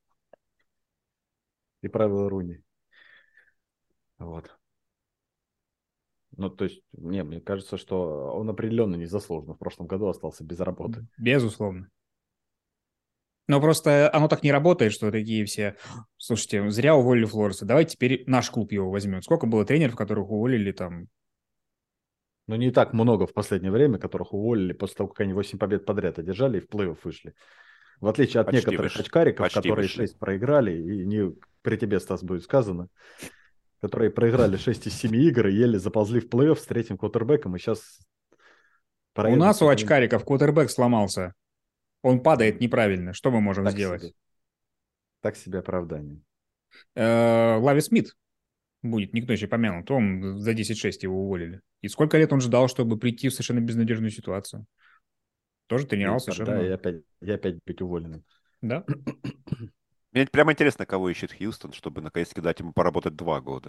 И правила Руни. Вот. Ну, то есть, не, мне кажется, что он определенно незаслуженно в прошлом году остался без работы. Безусловно. Но просто оно так не работает, что такие все... Слушайте, зря уволили Флореса, давайте теперь наш клуб его возьмем. Сколько было тренеров, которых уволили там... Но не так много в последнее время, которых уволили после того, как они восемь побед подряд одержали и в плей-офф вышли. В отличие от почти некоторых вышли. очкариков, Почти которые вышли. шесть проиграли, и не при тебе, Стас, будет сказано, которые проиграли шесть из семи игр и еле заползли в плей-офф с третьим квотербеком, и сейчас У нас у проедут очкариков квотербек сломался. Он падает М, неправильно. Что мы можем так сделать? себе. Так себе оправдание. Э, Лави Смит будет, никто еще помянут. Он за десять шесть его уволили. И сколько лет он ждал, чтобы прийти в совершенно безнадежную ситуацию? Тоже И тренировал тогда и совершенно... опять, и опять быть уволенным. Да. Мне прямо интересно, кого ищет Хьюстон, чтобы наконец-таки дать ему поработать два года.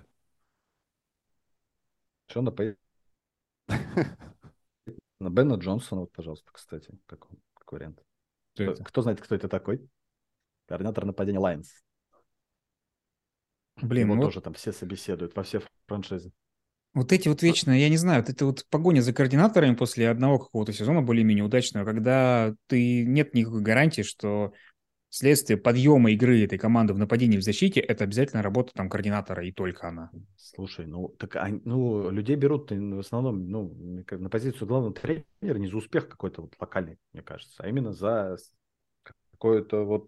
Шона Пей- на Бена Джонсона, вот, пожалуйста, кстати, как, он- как вариант. Кто Кто, это? кто знает, кто это такой? Координатор нападения Лайнс. Блин, Его ну вот, тоже там все собеседуют во все франшизы. вот эти вот вечно, я не знаю, вот это вот погоня за координаторами после одного какого-то сезона более-менее удачного, когда ты нет никакой гарантии, что следствие подъема игры этой команды в нападении и в защите это обязательно работа там координатора и только она. Слушай, ну, так они- ну, людей берут в основном ну, мне кажется, на позицию главного тренера не за успех какой-то вот локальный, мне кажется, а именно за с- какое-то вот,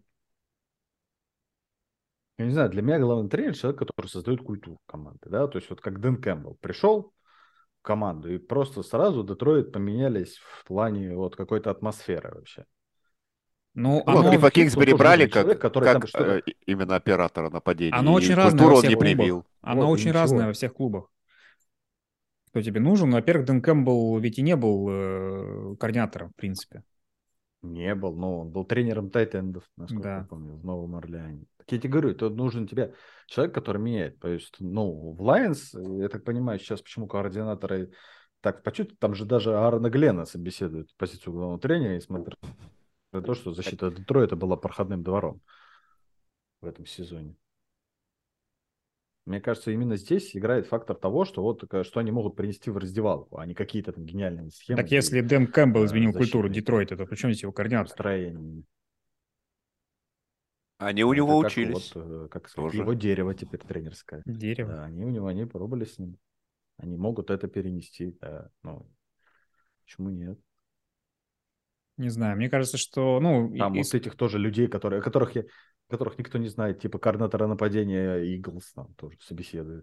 я не знаю, для меня главный тренер человек, который создает культуру команды, да, то есть вот как Дэн Кэмпбелл пришел в команду и просто сразу Детройт поменялись в плане вот какой-то атмосферы вообще. Ну, Ну, оно, Клиффа Хьюстон Кингсбери тоже брали нужен человек, как, который там как что-то... э, именно оператора нападения, оно и очень разное во культуру он не всех клубах. привил. Оно Вот, и очень разное ничего. во всех клубах. Кто тебе нужен? Ну, во-первых, Дэн Кэмпбелл ведь и не был э, координатором, в принципе. Не был, но он был тренером тайтендов, насколько я Да. помню, в Новом Орлеане. Так я тебе говорю, это нужен тебе человек, который меняет. То есть, ну, в Лайонс, я так понимаю, сейчас почему координаторы так почувствуют, там же даже Аарона Глена собеседуют позицию главного тренера, несмотря на то, что защита Детройта была проходным двором в этом сезоне. Мне кажется, именно здесь играет фактор того, что вот э, что они могут принести в раздевалку, а не какие-то там гениальные схемы Так и если Дэн Кэмпбелл э, изменил культуру защитные Детройта, то при чем здесь его координатор? построения. Они у Это него как вот, учились э, как сказать, тоже. его дерево теперь тренерское. Дерево. Да, они у него, они пробовали с ним. Они могут это перенести. Да. Ну, почему нет? Не знаю, мне кажется, что, ну, и- Там и вот этих тоже людей, которые, которых, я, которых никто не знает, типа координатора нападения Иглс там тоже собеседуют.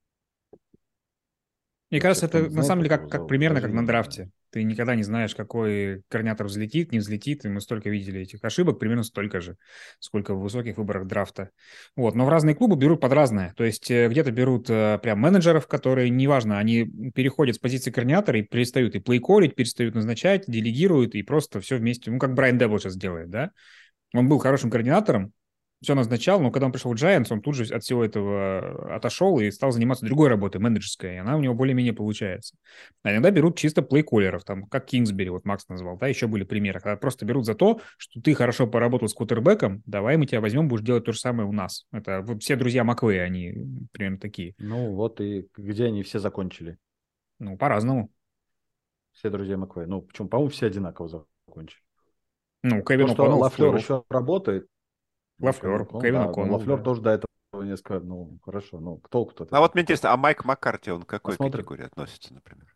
Мне Вот кажется, сейчас это кто-нибудь на знает, самом деле как его как, как зовут? примерно Даже как я на не знаю. драфте. Ты никогда не знаешь, какой координатор взлетит, не взлетит, и мы столько видели этих ошибок, примерно столько же, сколько в высоких выборах драфта. Вот, но в разные клубы берут под разное. То есть э, где-то берут э, прям менеджеров, которые, неважно, они переходят с позиции координатора и перестают и плей-коллить, перестают назначать, делегируют, и просто все вместе, ну, как Брайан Дебл сейчас делает, да? Он был хорошим координатором, все назначал, но когда он пришел в Giants, он тут же от всего этого отошел и стал заниматься другой работой, менеджерской, и она у него более-менее получается. А иногда берут чисто плей-коллеров, там, как Кингсбери, вот Макс назвал, да, еще были примеры, когда просто берут за то, что ты хорошо поработал с квотербеком, давай мы тебя возьмем, будешь делать то же самое у нас. Это вот все друзья Маквея, они примерно такие. Ну вот и где они все закончили? Ну, по-разному. Все друзья Маквей. Ну, почему, по-моему, все одинаково закончили. Ну, То, Кевин что О'Коннелл в Лафлер плей-офф. еще работает, ну, Кевин Лафлер, О'Коннелл, Кевин да, но О'Коннелл, Лафлер да. тоже до этого несколько, ну, хорошо, ну, толку-то от А вот этого мне какой? интересно, а Майк Маккарти, он к какой Посмотрим. категории относится, например?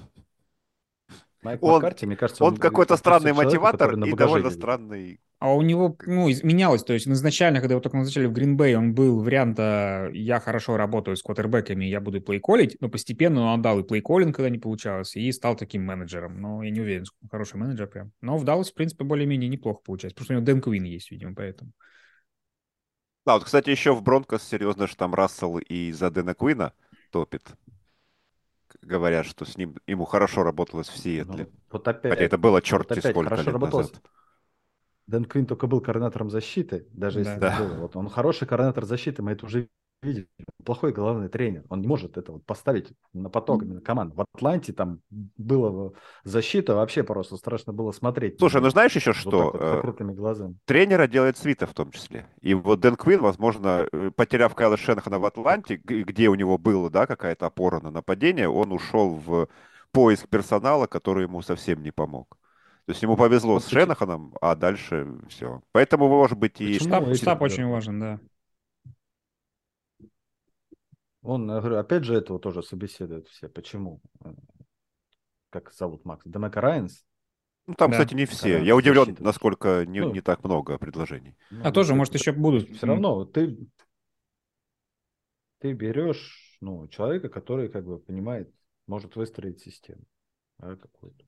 Майк Он, Маккарти, мне кажется, он он какой-то странный относится к человеку, мотиватор который на и багаже довольно едет. странный... А у него, ну, изменялось, то есть изначально, когда его только назначали в Грин-Бэй, он был варианта «я хорошо работаю с квотербеками, я буду плей-коллить», но постепенно он отдал и плей-коллинг, когда не получалось, и стал таким менеджером. Но я не уверен, что он хороший менеджер прям. Но в Далласе, в принципе, более-менее неплохо получается, потому что у него Дэн Куин есть, видимо, поэтому. Да, вот, кстати, еще в Бронкос серьезно, что там Рассел и за Дэна Куина топит. Говорят, что с ним ему хорошо работалось в Сиэтле. Ну, вот Хотя опять, это было вот черти опять сколько хорошо лет работалось. назад. Дэн Квин только был координатором защиты, даже если Да. это было. Да. Вот он хороший координатор защиты, мы это уже видели. Плохой главный тренер. Он не может это вот поставить на поток именно команд. В Атланте там было защита, вообще просто страшно было смотреть на Слушай, ну нее. знаешь еще Вот так что? вот, Э, закрытыми глазами. Тренера делает свита в том числе. И вот Дэн Квин, возможно, э, потеряв Кайла Шенахана в Атланте, г- где у него была, да, какая-то опора на нападение, он ушел в поиск персонала, который ему совсем не помог. То есть ему повезло Вот с почему, Шенаханом, а дальше все. Поэтому, может быть, и... почему Штаб, эти... штаб очень э, важен, да. Он, я говорю, опять же, этого тоже собеседуют все. Почему? Э, Как зовут Макс? Демека Райанс, Ну, там, Да. кстати, не все. Я координатор удивлен, защиты тоже. насколько не, не Ну, так много предложений. А ну, тоже, если может, еще будут. все м, равно ты ты берешь, ну, человека, который как бы понимает, может выстроить систему, да, какую-то.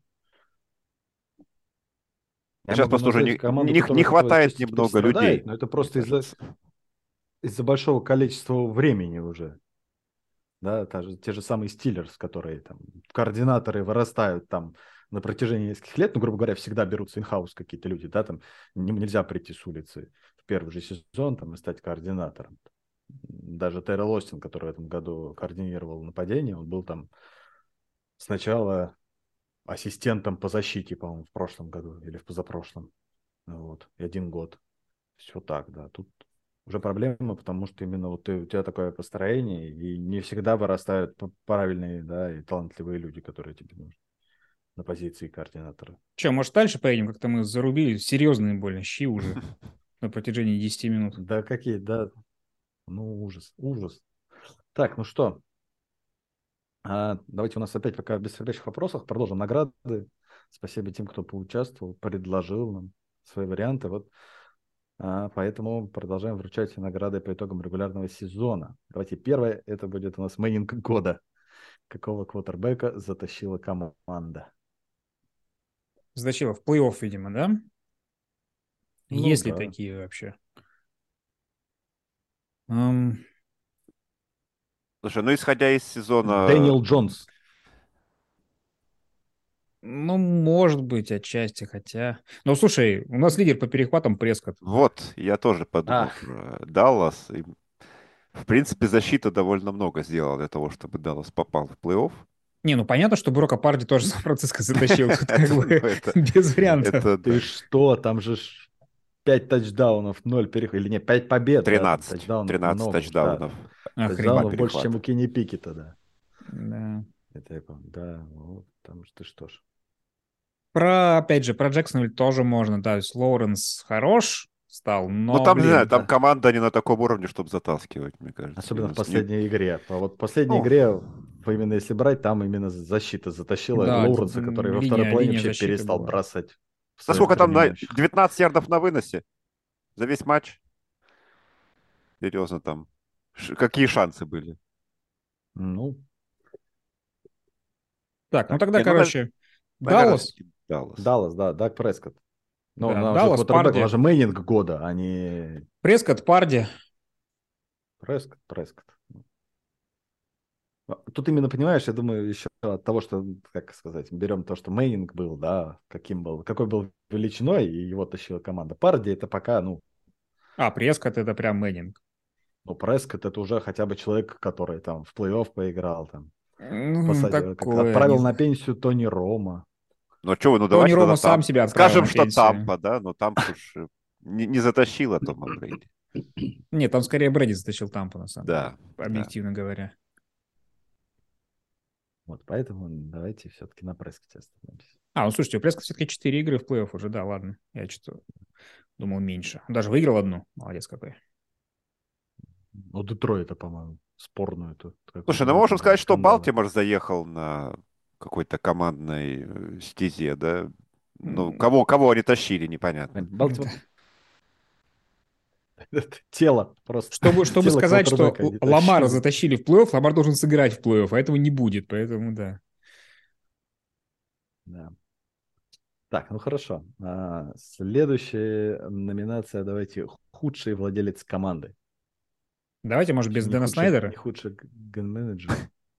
А Я сейчас могу просто уже назвать не, команду, не, не которая от этого хватает частично немного страдает, людей, но это мне просто из-за кажется. из-за большого количества времени уже. Да, та же, те же самые Стиллерс, которые там, координаторы вырастают там на протяжении нескольких лет, ну, грубо говоря, всегда берутся инхаус какие-то люди, да, там не- нельзя прийти с улицы в первый же сезон там и стать координатором. Даже Террел Остин, который в этом году координировал нападение, он был там сначала ассистентом по защите, по-моему, в прошлом году или в позапрошлом. Вот, и один год. Все так, да. Тут уже проблема, потому что именно вот ты, у тебя такое построение, и не всегда вырастают п- правильные, да, и талантливые люди, которые тебе нужны на позиции координатора. Че, может, дальше поедем? Как-то мы зарубили серьезные больно щи уже на протяжении десяти минут. Да какие, да, ну ужас, ужас. Так, ну что, а, давайте у нас опять пока без следующих вопросов продолжим награды. Спасибо тем, кто поучаствовал, предложил нам свои варианты. Вот. А, поэтому продолжаем вручать награды по итогам регулярного сезона. Давайте первое, это будет у нас мейнинг года. Какого квотербека затащила команда? Затащила в плей-офф, видимо, да? Ну Есть ли да. такие вообще? Ам, Слушай, ну исходя из сезона, Дэниел Джонс. ну, может быть, отчасти, хотя... Ну, слушай, у нас лидер по перехватам Прескотт. вот, я тоже подумал Ах, про Даллас. И, в принципе, защита довольно много сделала для того, чтобы Даллас попал в плей-офф. Не, ну понятно, что Брока Парди тоже Сан-Франциско затащил. Тут как Это, ну, бы это, без вариантов. это ты да. что? Там же ж пять тачдаунов, ноль переходов. Или не, пять побед, да, там тринадцать. тачдаунов тринадцать много. Да, тачдаунов. Два Охренеть. тачдаунов больше, чем у перехвата. Кенни Пикета, да. Да. Это я помню. Да, ну, там же ты что ж. Про, опять же, про Джексонвиль тоже можно. Да, то есть Лоуренс хорош стал, Ну, но, там, не знаю, блин, там Да. команда не на таком уровне, чтобы затаскивать, мне кажется. Особенно в Именно с Нью- последней игре. А вот в последней Ну, игре, именно если брать, там именно защита затащила да, д- Лоуренса, который м, во второй линия, половине линия вообще защиты перестал была. бросать в за своих сколько там? На принимающих. девятнадцать ярдов на выносе за весь матч? Серьезно там. Ш- какие шансы были? Ну, Так, ну Так, тогда, не, ну, нав- короче, наверное, Даллас, все-таки Даллас. Даллас, да, Даг Прескотт. Но да, она уже Даллас, квотербек, она Парди, же мейнинг года, а не Прескотт, Парди. Прескотт, Прескотт. А, тут именно, понимаешь, я думаю, еще от того, что, как сказать, берем то, что мейнинг был, да, каким был, какой был величиной, и его тащила команда. Парди это пока, ну, А, Прескотт это прям Мэннинг. ну, Прескотт это уже хотя бы человек, который там в плей-офф поиграл, там, Ну, посадил, как такое, не отправил на знаю. пенсию Тони Рома. Ну, что вы, ну Тони давайте тогда Рома сам там. себя отправил Скажем, на что пенсию. Тампа, да, но Тампа уж э, не, не затащила Тома Брейди. Нет, там скорее Брэди затащил Тампу, на самом деле, Да, да. объективно говоря. Вот, поэтому давайте все-таки на Прескотте остановимся. А, ну слушайте, у Прескотта все-таки четыре игры в плей-офф уже, да, ладно. Я что-то думал меньше. Он даже выиграл одну. Молодец какой. Ну, Детройта, по-моему, спорную эту. Слушай, ну мы можем сказать, что Балтимор заехал на какой-то командной э, стезе, да? Ну, М, кого, кого они тащили, непонятно. Балтимор это тело, просто Чтобы, чтобы тело сказать, что квотербека они Ламара тащили. затащили в плей-офф, Ламар должен сыграть в плей-офф, а этого не будет, поэтому да. Да. Так, ну хорошо. А, следующая номинация, давайте, худший владелец команды. Давайте, может, без Не Дэна худший, не Снайдера? худший ген-менеджер.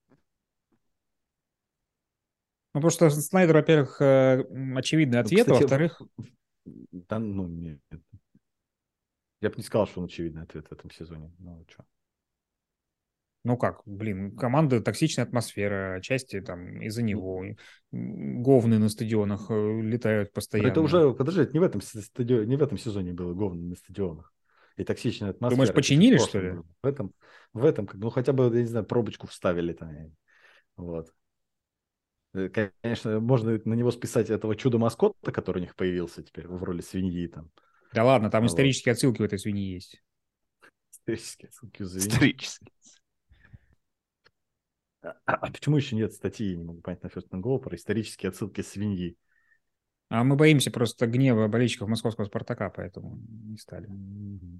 Ну, потому что Снайдер, во-первых, э, м, очевидный Ну, ответ, а кстати, в- во-вторых, да, ну, нет. Я бы не сказал, что он очевидный ответ в этом сезоне. Ну, что? ну как, блин, команда токсичная атмосфера, отчасти там из-за него. М, Говны на стадионах э, летают Но это постоянно. уже, подожди, это не в этом стадионе, не в этом сезоне было говно на стадионах. И токсичная Думаешь, атмосфера. Это еще в починили, что прошлом ли? было. В этом, в этом, как, ну, хотя бы, я не знаю, пробочку вставили там. и- Вот. Э, Конечно, можно на него списать этого чудо-маскота, который у них появился теперь в роли свиньи там. Да ладно, там Вот. исторические отсылки в этой свиньи есть. Исторические ссылки в свиньи. Исторически. А, а почему еще нет статьи, я не могу понять, на First and Goal про исторические отсылки свиньи? А мы боимся просто гнева болельщиков московского «Спартака», поэтому не стали. Мгм.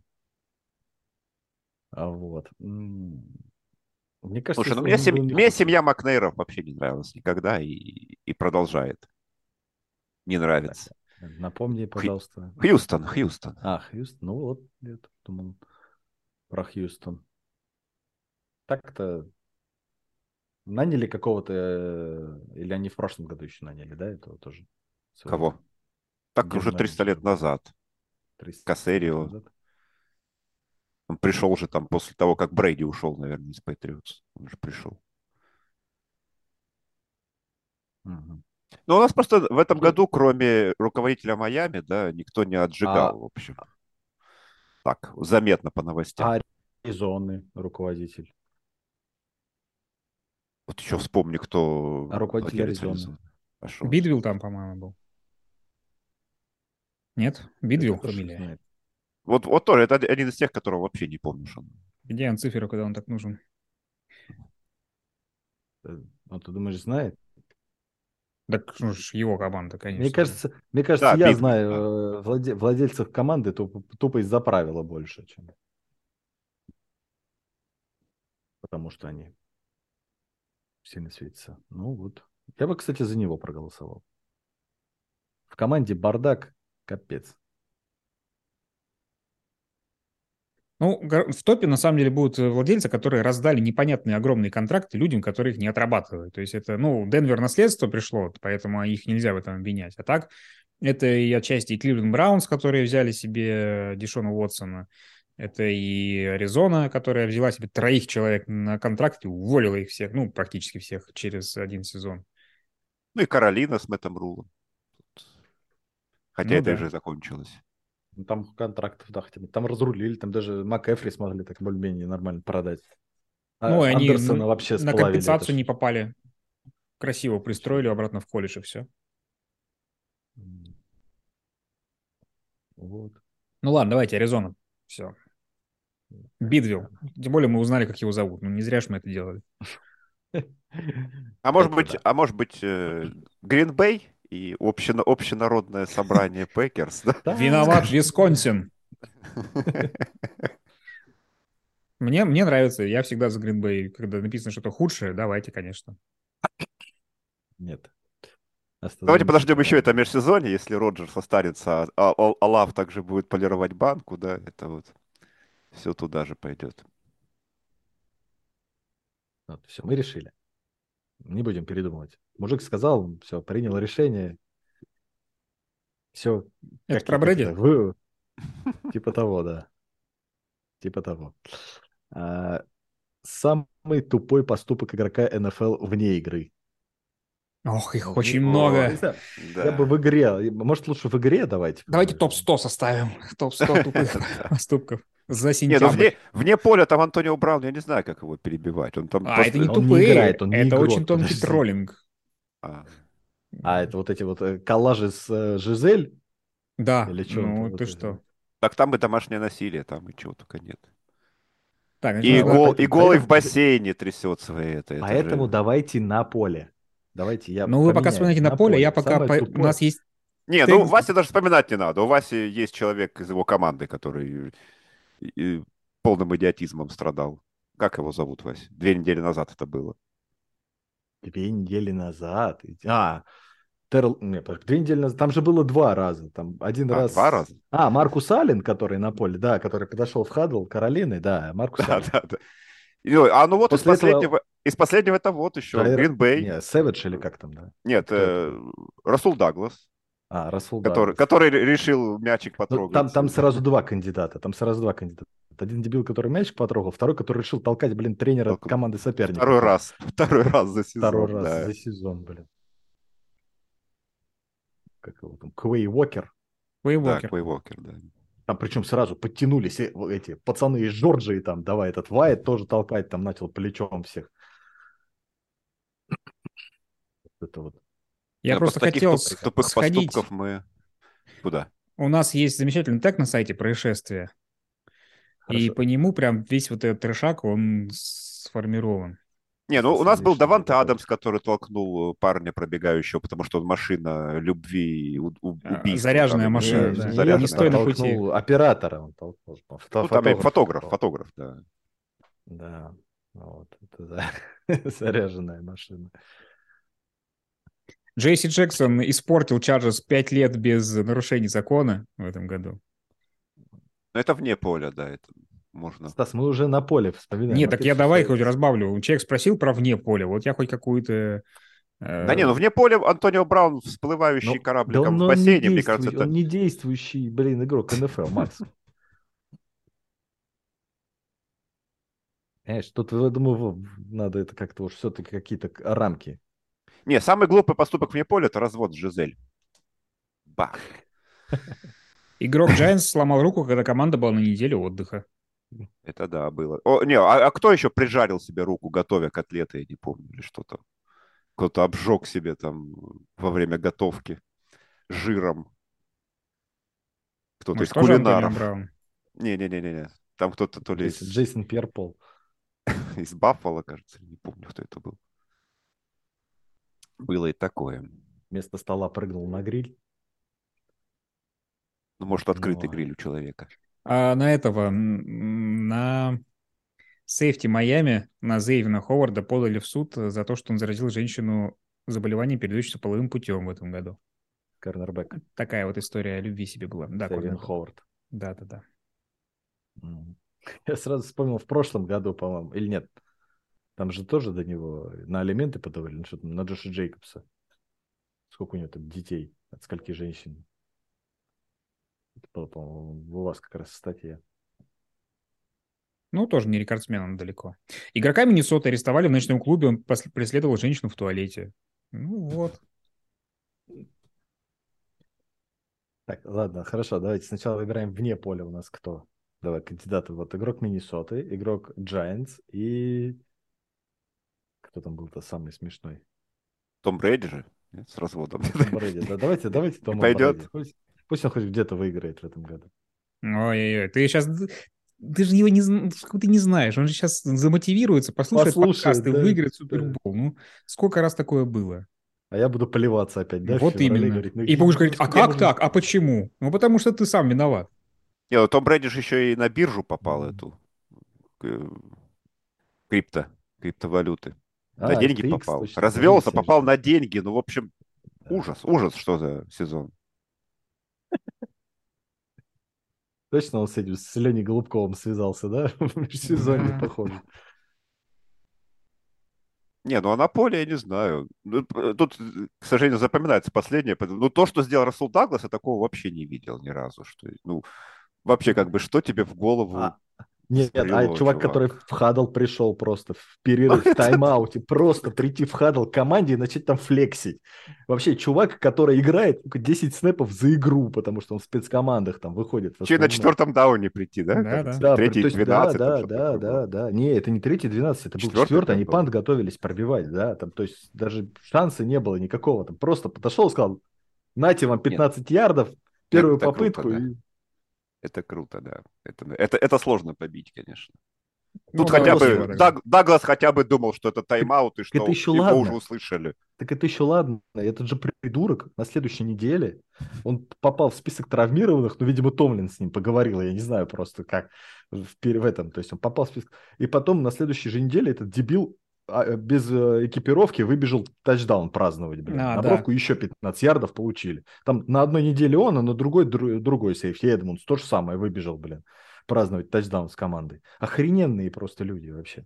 А вот. М. Мне кажется, Слушай, ну мне, он сем- был не мне худший. семья Макнейров вообще не нравилась никогда и, и продолжает не Так, нравиться. напомни, Хью- пожалуйста. Хьюстон, Хьюстон. А, Хьюстон. Ну вот, я тут думал про Хьюстон. Так-то наняли какого-то, э, или они в прошлом году еще наняли, да, этого тоже своего Кого? Так уже триста ген-менеджера лет назад. триста лет Кассерио. назад. Он пришел же там после того, как Брейди ушел, наверное, из Патриотс. Он же пришел. Мгм. Но у нас просто в этом Окей. году, кроме руководителя Майами, да, никто не А, отжигал, в общем. Так, заметно по новостям. а Аризоны руководитель. Вот еще вспомни, кто А руководитель владелец Аризоны. Аризоны. Пошел. Бидвилл там, по-моему, был. Нет? Это Бидвилл хорошо фамилия. знает. Вот, вот тоже, это один из тех, которого вообще не помнишь. Он. Где он циферу, когда он так нужен? Э, Ну, ты думаешь, знает? Так ну, ж его команда, Мне конечно. кажется, мне кажется, Да, я Бидвилл, знаю да. э, владе- владельцев команды тупо, тупо из-за правила больше, чем потому что они сильно светятся. Ну вот. Я бы, кстати, за него проголосовал. В команде бардак, капец. Ну, гор- в топе на самом деле будут э, владельцы, которые раздали непонятные огромные контракты людям, которые их не отрабатывают. То есть это, ну, Денвер наследство пришло, поэтому их нельзя в этом обвинять. А так, это и отчасти и Кливленд Браунс, которые взяли себе Дишона Уотсона. Это и Аризона, которая взяла себе троих человек на контракт и уволила их всех, ну, практически всех через один сезон. Ну и Каролина с Мэттом Рулом. Хотя Ну это да. уже закончилось. Ну, там контрактов, да, хотя бы. Там разрулили, там даже МакЭфри смогли так более-менее нормально продать. Ну, и А они Андерсона н- вообще на сплавили. Это компенсацию не ж... попали. Красиво пристроили обратно в колледж, и все. М, Вот. Ну ладно, давайте, Аризона. Все. Бидвилл. Тем более мы узнали, как его зовут. Ну, не зря же мы это делали. А может Это быть, да. а может быть, Гринбей и общено- общенародное собрание Пекерс, да? Виноват Так. Висконсин. Мне, мне нравится. Я всегда за Гринбей. Когда написано что-то худшее, давайте, конечно. Нет. Давайте Остановимся подождем еще пока. это межсезонье, если Роджерс останется, а, а, а Лав также будет полировать банку, да, это вот все туда же пойдет. Вот, все, мы решили. Не будем передумывать. Мужик сказал, все, принял решение. Все, Это как, про как это, Брэди? вы, типа того, да. Типа того. А, самый тупой поступок игрока эн эф эл вне игры. Ох, их Ну, вне... очень Я много. не знаю, я бы Да. в игре, может, лучше в игре давайте. Давайте топ сто составим. топ сто тупых Да. поступков за Не, ну сентябрь. вне, вне поля там Антонио Браун, я не знаю, как его перебивать. Он там А, это не просто... Он не тупые. играет, он не Это очень игрок, тонкий подожди. троллинг. А, А это вот эти вот э, коллажи с э, Жизель? Да, Или что? ну Вот ты это вот. что? так там и домашнее насилие, там и чего только нет. Так, И, начнем с гол, поэтому- и голый в поэтому- бассейне трясет свои. Это, это Поэтому же- давайте на поле. Давайте я Ну, вы пока поменяю. вспоминаете на поле, я пока... Самое по- У тупое. нас есть... Не, ну тезис- Васе даже вспоминать не надо. У Васи есть человек из его команды, который и- и полным идиотизмом страдал. Как его зовут, Вася? Две недели назад это было. Две недели назад. А, Терл... Не, подожди, две недели назад. Там же было два раза. Там один А, раз... два раза? А, Маркус Аллен, который на поле, да, который подошел в хадл Каролины, да, Маркус Да, Аллен. да, да. И, ой, А ну вот из После этого- последнего, из последнего это вот еще Джайр- Green Bay. Не, Сэвидж или как там, да? Нет, Кто это э, Расул Даглас, А, Расул который, Даглас. который решил мячик Ну, потрогать. там, там сразу два кандидата. Там сразу два кандидата. Один дебил, который мячик потрогал, второй, который решил толкать, блин, тренера Толкнул. команды соперника. Второй раз. Второй раз за сезон. Второй раз да. за сезон, блин. Как его там? Квей Уокер. Уэй Да, Уокер. Квей Уокер, да. Там причем сразу подтянулись э- эти пацаны из Джорджии, там, давай этот Вайт тоже толкать, там начал плечом всех. Это вот. Я Ну, просто после таких хотел туп- с- тупых сходить. поступков мы... Куда? У нас есть замечательный тег на сайте «Происшествия». И Хорошо. по нему прям весь вот этот трешак, он сформирован. Не, ну у нас был Отлично, Даванте это Адамс, который толкнул парня пробегающего, потому что он машина любви, у- у- А, убийства. заряженная там, машина, не- да. не, заряженная не стой на машина. пути. толкнул оператора. Он толкнул. Фото- Ну, там и фотограф, толкнул. фотограф, да. Да, вот это за- заряженная машина. Джейси Джексон испортил Чарджерс пять лет без нарушений закона в этом году. Но это вне поля, да, это можно. Стас, мы уже на поле вспоминаем. Нет, так Опять я давай всё хоть разбавлю. Человек спросил про вне поля, вот я хоть какую-то... э, Да не, ну вне поля Антонио Браун, Но- всплывающий да корабликом он, в он не бассейне, мне действующий- кажется, это... он не действующий, блин, игрок эн эф эл, Макс. Знаешь, тут, я думаю, в- надо это как-то уж все-таки какие-то к- рамки. Не, самый глупый поступок вне поля — это развод с Жизель. Бах. Игрок Giants сломал руку, когда команда была на неделе отдыха. Это да, было. О, не, а, а кто еще прижарил себе руку, готовя котлеты, я не помню, или что-то. Кто-то обжег себе там во время готовки жиром. Кто-то из Может, тоже Антонио кулинаров. Браун? Не-не-не-не. Там кто-то то ли Джейсон, из, Джейсон Пьер-Пол. из Баффало, кажется, не помню, кто это был. Было и такое. Вместо стола прыгнул на гриль. Ну, может, открытый Ну, гриль у человека. А на этого, м, на сейфти Майами, на Зейвина Ховарда подали в суд за то, что он заразил женщину заболеванием, передающимся половым путем в этом году. Корнербэк. Такая вот история о любви себе была. Да, Сэвин корнербэк. Ховард. Да, да, да. Мгм. Я сразу вспомнил в прошлом году, по-моему, или нет. Там же тоже до него на алименты подавали, ну, что-то на Джоша Джейкобса. Сколько у него там детей, от скольки женщин. Это было, по-моему, у вас как раз статья. Ну, тоже не рекордсмен, он далеко. Игрока Миннесоты арестовали в ночном клубе, он пос- преследовал женщину в туалете. Ну вот. Так, ладно, хорошо, давайте сначала выбираем вне поля у нас кто. Давай, кандидаты. Вот игрок Миннесоты, игрок Giants и... Кто там был-то самый смешной? Том Брэди же? Нет, с разводом. Том Брэди. Да, давайте, давайте Тома пойдет? Брэди. Пусть, пусть он хоть где-то выиграет в этом году. Ой-ой-ой, ты сейчас... Ты же его не, зн- ты не знаешь. Он же сейчас замотивируется, послушает, Послушает, подкаст и да, выиграет да. Супербол. Ну, сколько раз такое было? А я буду поливаться опять, да, в Вот феврале, именно. говорить, ну, И будешь говорить, а я как буду- так? А почему? Ну, потому что ты сам виноват. Не, ну Том Брэди же еще и на биржу попал, Мгм. эту э, крипто, криптовалюты. На А, деньги эф ти экс, попал. точно, Развелся, Джейсон. попал на деньги. Ну, в общем, Да. ужас, ужас, что за сезон. Точно он с этим, с Леней Голубковым связался, да? В межсезонье, Да. похоже. Не, ну а на поле я не знаю. Ну, п- Тут, э, к сожалению, запоминается последнее. потому- Ну, то, что сделал Расул Даглас, я такого вообще не видел ни разу. Что, ну, вообще, как бы, что тебе в голову А, Нет, взбрело, а чувак, который в хадл пришел просто в перерыв, в тайм-ауте, просто прийти в хадл команде и начать там флексить. Вообще, чувак, который играет только десять снэпов за игру, потому что он в спецкомандах там выходит. в Че на основном. четвертом дауне прийти, да? Да, кажется? Да, при- Третий, то есть, да, двенадцать, там да, что-то да, такое да, было. да. Не, это не третий, двенадцатый, это был Четвертый четвертый, там они был. пант готовились пробивать, да, там, то есть даже шанса не было никакого, там просто подошел и сказал, нате вам пятнадцать ярдов, первую это круто, попытку. да. и- Это круто, да. Это, это, это сложно побить, конечно. Ну, Тут хотя давайте бы его тогда. Даг- Таглас хотя бы думал, что это тайм-аут, и Так это что еще его уже ладно. услышали. Так это еще ладно. Этот же придурок на следующей неделе, он попал в список травмированных, ну, видимо, Томлин с ним поговорил, я не знаю просто как в, пер- в этом. То есть он попал в список. И потом на следующей же неделе этот дебил а, э, без э, экипировки выбежал тачдаун праздновать, блин. А, На да. бровку еще пятнадцать ярдов получили. Там на одной неделе он, а на другой дру- другой сейфти Эдмундс то же самое выбежал, блин, праздновать тачдаун с командой. Охрененные просто люди вообще.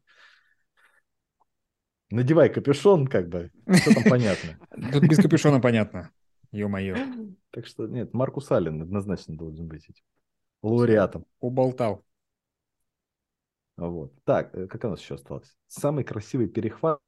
Надевай капюшон, как бы, все там понятно. Тут без капюшона понятно. Ё-моё. Так что нет, Маркус Аллен однозначно должен быть этим Всё, лауреатом. уболтал. Вот. Так, э, как у нас еще осталось? Самый красивый перехват.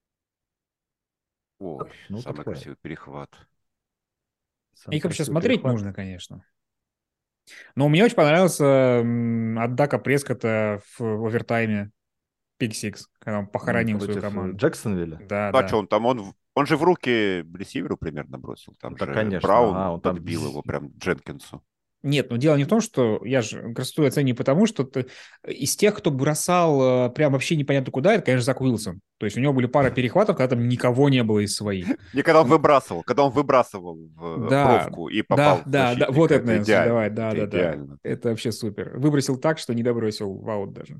Ой, Ну, самый такое. красивый перехват. Самый Их вообще красивый смотреть перехват. нужно, конечно. Но мне очень понравился м, от Дака Прескотта в овертайме пик-сикс, когда он М, похоронил свою Против э, команду. Джексонвилля. Да, Ну, а что да. он там? Он, в- он же в руки ресиверу примерно бросил. Там Да, же конечно. Ага, Браун он там... подбил его прям Дженкинсу. Нет, но дело не в том, что я же красоту оцениваю потому, что ты- из тех, кто бросал э, прям вообще непонятно куда, это, конечно, Зак Уилсон. То есть у него были пара перехватов, когда там никого не было из своих. Не когда он Ну, выбрасывал, когда он выбрасывал в да, бровку и да, попал в да, да, вот защитника. это, Это наверное, идеально. давай, да, Это да, да. идеально. Это вообще супер. Выбросил так, что не добросил в аут даже.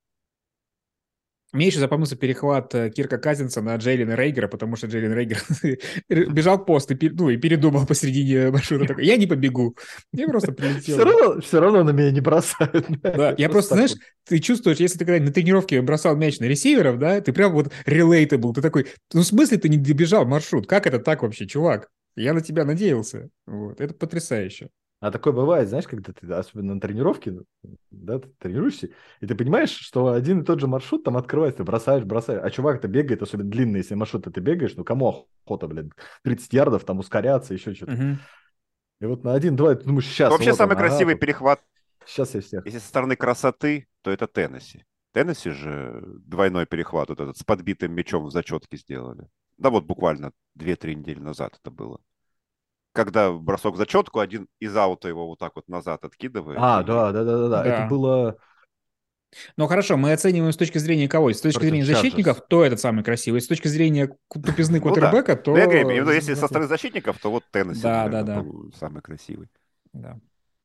Мне еще запомнился перехват э, Кирка Казинца на Джейлена Рейгера, потому что Джейлен Рейгер бежал пост и, пер- ну, и передумал посередине маршрута. Такой, я не побегу. И просто Все прилетел. равно, все равно на меня не бросают. Да, я просто, знаешь, ты чувствуешь, если ты когда на тренировке бросал мяч на ресиверов, да, ты прям вот relatable, ты такой, ну, в смысле ты не добежал маршрут? Как это так вообще, чувак? Я на тебя надеялся. Вот, это потрясающе. А такое бывает, знаешь, когда ты, особенно на тренировке, да, ты тренируешься, и ты понимаешь, что один и тот же маршрут там открывается, ты бросаешь, бросаешь, а чувак-то бегает, особенно длинный, если маршрут ты бегаешь, ну кому охота, блин, тридцать ярдов, там ускоряться, еще что-то. Мгм. И вот на один-два ты думаешь, сейчас, Вообще вот он, самый ага, красивый тут, перехват, сейчас я всех. если со стороны красоты, то это Теннесси. Теннесси же двойной перехват вот этот с подбитым мячом в зачетке сделали. Да вот буквально две-три недели назад это было. Когда бросок в зачетку, один из аута его вот так вот назад откидывает. А, И... да, да, да, да, да, это Да. было Ну хорошо, мы оцениваем с точки зрения кого? С точки против зрения защитников, Чарджерс. то этот самый красивый. С точки зрения ку- тупизны Ну да. квотербека, Но я говорю, именно то... если со Зак- стороны защитников, то вот Теннесси, Да, да, наверное, да. был самый красивый. Да.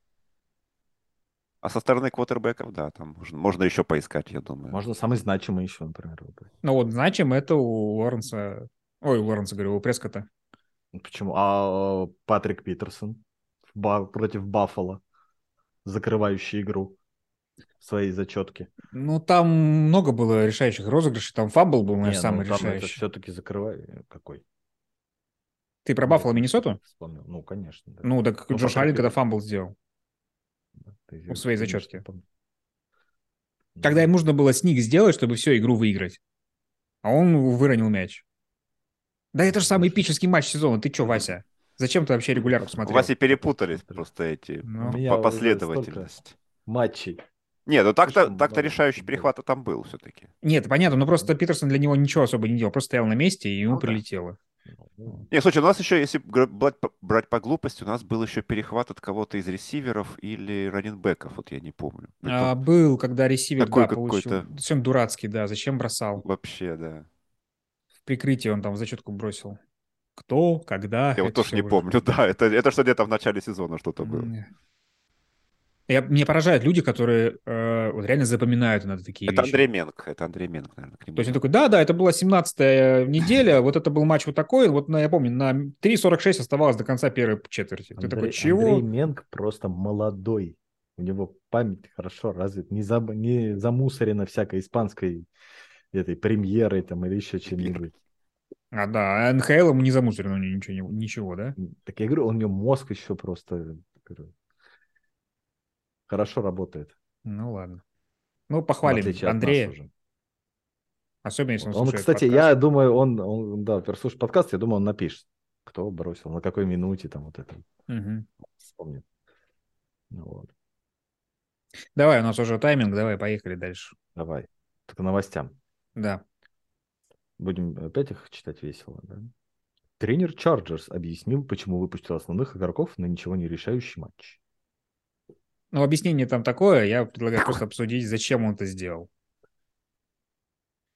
А со стороны квотербеков, да, там можно, можно еще поискать, я думаю. Можно самый значимый еще, например, выбрать. Ну вот значим это у Лоренса... Ой, у Лоренса, говорю, у Прескотта. Почему? А Патрик Питерсон в Ба- против Баффало, закрывающий игру в своей зачетке. Ну, там много было решающих розыгрышей. Там фамбл был, наверное, Не, ну самый там это решающий. все-таки закрывай. Какой? Ты про Я Баффало не Миннесоту? вспомнил. Ну, конечно, да. Ну, так Ну, Джош Патрик Аллен, когда Питерсон. фамбл сделал Да, ты- у своей конечно, зачетки. помню. Когда Ну, им нужно было сник сделать, чтобы всю игру выиграть. А он выронил мяч. Да это же самый конечно. эпический матч сезона. Ты чё, Вася? Зачем ты вообще регулярку У смотрел? вас и перепутались Смотрю. просто эти У Ну, меня по- уже столько последовательность. матчей. Не, ну так-то, Слишком так-то много решающий футбола. перехват там был все-таки. нет, понятно, но просто Питерсон для него ничего особо не делал. Просто стоял на месте, и ему Ну да. прилетело. Ну, Не, слушай, у нас еще, если гра- брать по, брать по глупости, у нас был еще перехват от кого-то из ресиверов или раннинбеков, вот я не помню. Притом А, был, когда ресивер, такой да, получил. какой-то Совсем дурацкий, да. Зачем бросал? вообще, да. В прикрытии он там в зачетку бросил. Кто, когда, Я вот это тоже все не уже. помню, да. Это, это что где-то в начале сезона что-то было. М. Я, меня поражают люди, которые э, вот реально запоминают иногда такие Это вещи. Андрей Менг, это Андрей Менг, наверное, к нему То есть он надо. такой, да-да, это была семнадцатая неделя, вот это был матч вот такой, вот на, я помню, на три сорок шесть оставалось до конца первой четверти. Ты такой, Андрей, чего? Андрей Менг просто молодой. У него память хорошо развита. Не, заб... не замусорена всякой испанской этой премьерой там или еще чем-нибудь. А, да, а эн ха эл ему не замусорено ничего, ничего, да? Так я говорю, у него мозг еще просто говорю, хорошо работает. Ну, ладно. Ну, В похвалим отличие от нас Андрея, уже. особенно если он Вот. Он, слушает кстати, подкаст. я думаю, он, он да, слушает подкаст, я думаю, он напишет, кто бросил, на какой минуте там вот это Мгм. вспомнит. Ну, вот. Давай, у нас уже тайминг, давай, поехали дальше. Давай. Так к новостям. Да. Будем опять их читать весело, да? Тренер Чарджерс объяснил, почему выпустил основных игроков на ничего не решающий матч. Ну, объяснение там такое, я предлагаю просто обсудить, зачем он это сделал.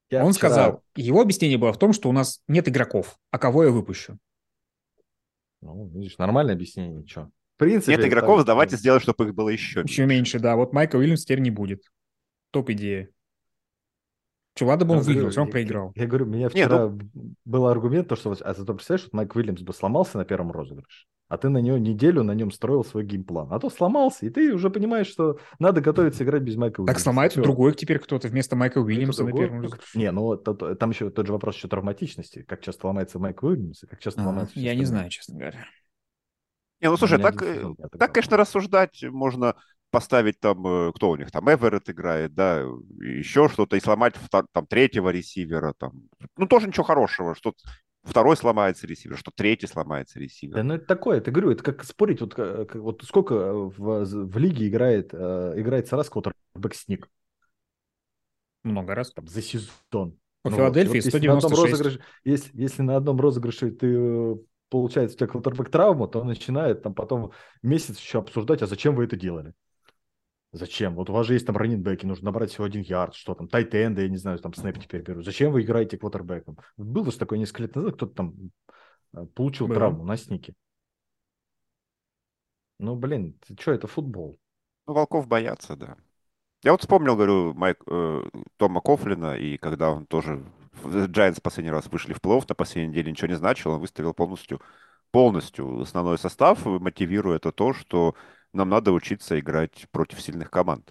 Я Он вчера... сказал, его объяснение было в том, что у нас нет игроков, а кого я выпущу? Ну, видишь, нормальное объяснение, что. В Нет принципе, игроков, так, давайте ну, сделаем, чтобы их было еще Еще меньше. меньше, да. Вот Майка Уильямс теперь не будет. Топ-идея. Че, ладно бы он ну, выиграл, говорю, все равно я, проиграл. я говорю, у меня Не, ну, вчера был аргумент, то, что вот, а зато представляешь, что Майк Уильямс бы сломался на первом розыгрыше, а ты на него неделю на нем строил свой геймплан. А то сломался, и ты уже понимаешь, что надо готовиться играть без Майка Так Уильямса. сломается Все. другой теперь кто-то вместо Майка Ну, это Уильямса на другой. первом Ну, разыгрыше. не, ну то- то- там еще тот же вопрос еще травматичности. Как часто ломается Майк Уильямс, и как часто А, ломаются все я не остальные. знаю, честно говоря. не, ну Но у слушай, меня так, один э, сезон не так, отыграл. конечно, рассуждать можно поставить там, э, кто у них там, Эверетт играет, да, и еще что-то, и сломать втор- там третьего ресивера, там. Ну, тоже ничего хорошего, что второй сломается ресивер, что третий сломается ресивер. Да, ну это такое, ты говорю, это как спорить, вот, как- как- вот сколько в, в лиге играет, э, играет раз квотербек сник Много раз. там, за сезон. У Ну вот, и Филадельфии вот если на одном сто девяносто шесть. розыгрыше, если, если на одном розыгрыше ты, э, получается, у тебя квотербек травма, то он начинает там потом месяц еще обсуждать, а зачем вы это делали? Зачем? Вот у вас же есть там раннинбеки, нужно набрать всего один ярд, что там, тайтенды, я не знаю, там снэп теперь беру. Зачем вы играете квотербеком? Было же такое несколько лет назад, кто-то там э, получил Было. травму на снике. Ну, блин, что, это футбол. Ну, волков боятся, да. Я вот вспомнил, говорю, Майк, э, Тома Кофлина, и когда он тоже в Giants последний раз вышли в плей-офф на последней неделе, ничего не значил, он выставил полностью, полностью основной состав, мотивируя это то, что нам надо учиться играть против сильных команд.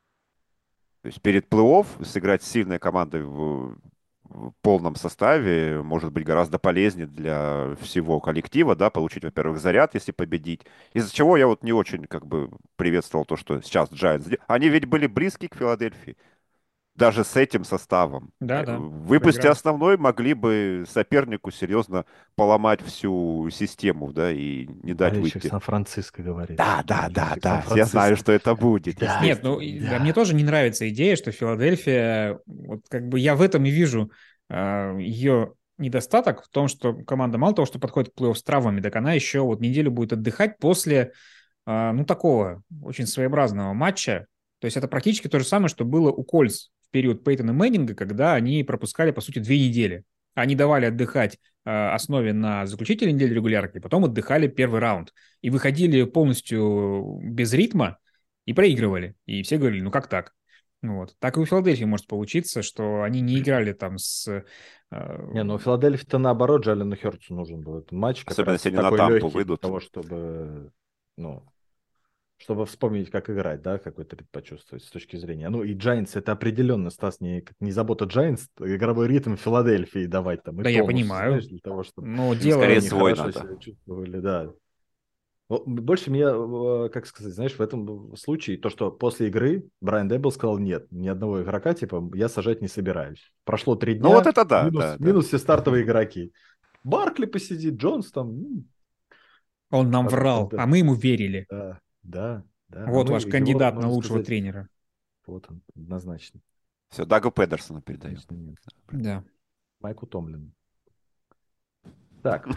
То есть перед плей-офф сыграть с сильной командой в, в полном составе может быть гораздо полезнее для всего коллектива, да, получить, во-первых, заряд, если победить. Из-за чего я вот не очень как бы приветствовал то, что сейчас Giants. дел- Они ведь были близки к Филадельфии. Даже с этим составом. Да, Э, да. Выпусти Проиграли. основной, могли бы сопернику серьезно поломать всю систему, да, и не дать Болельщик выйти. Сан-Франциско говорит. Да, да, да, Болельщик да. Я знаю, Сан-Франциско. что это будет, Да, Нет, ну, естественно. и- да, мне да. тоже не нравится идея, что Филадельфия, вот как бы я в этом и вижу э, ее недостаток в том, что команда мало того, что подходит к плей-офф с травмами, так она еще вот неделю будет отдыхать после, э, ну, такого очень своеобразного матча. То есть это практически то же самое, что было у Кольц в период Пейтона Мэннинга, когда они пропускали, по сути, две недели. Они давали отдыхать э, основе на заключительной неделе регулярки, потом отдыхали первый раунд. И выходили полностью без ритма, и проигрывали. И все говорили, ну как так? Ну вот. Так и у Филадельфии может получиться, что они не играли там с... э, Не, ну у Филадельфии-то наоборот Джалену Хёртсу нужен был этот матч, как Особенно раз если они на такой Тампу легкий для выйдут. того, чтобы, ну, чтобы вспомнить, как играть, да, какой-то почувствовать с точки зрения. Ну и Giants это определенно, Стас, не, не забота Giants, игровой ритм Филадельфии давать там и Да, я тонус, знаешь, понимаю. для того, чтобы Но Им скорее дело... они свой хорошо надо. себя чувствовали, да. Вот больше меня, э, как сказать, знаешь, в этом случае, то, что после игры Брайан Дэббл сказал, нет, ни одного игрока, типа, я сажать не собираюсь. Прошло три Ну вот дня, это да, минус, да, да. минус все стартовые игроки. Баркли посидит, Джонс там, м, Он нам потом там, врал, да, а мы ему верили. да, да, да. А Вот мы ваш его, кандидат на можно лучшего сказать, тренера. вот он, однозначно. Все, Дагу Педерсона передаем. Конечно, нет. Да. Майку Томлину. Так,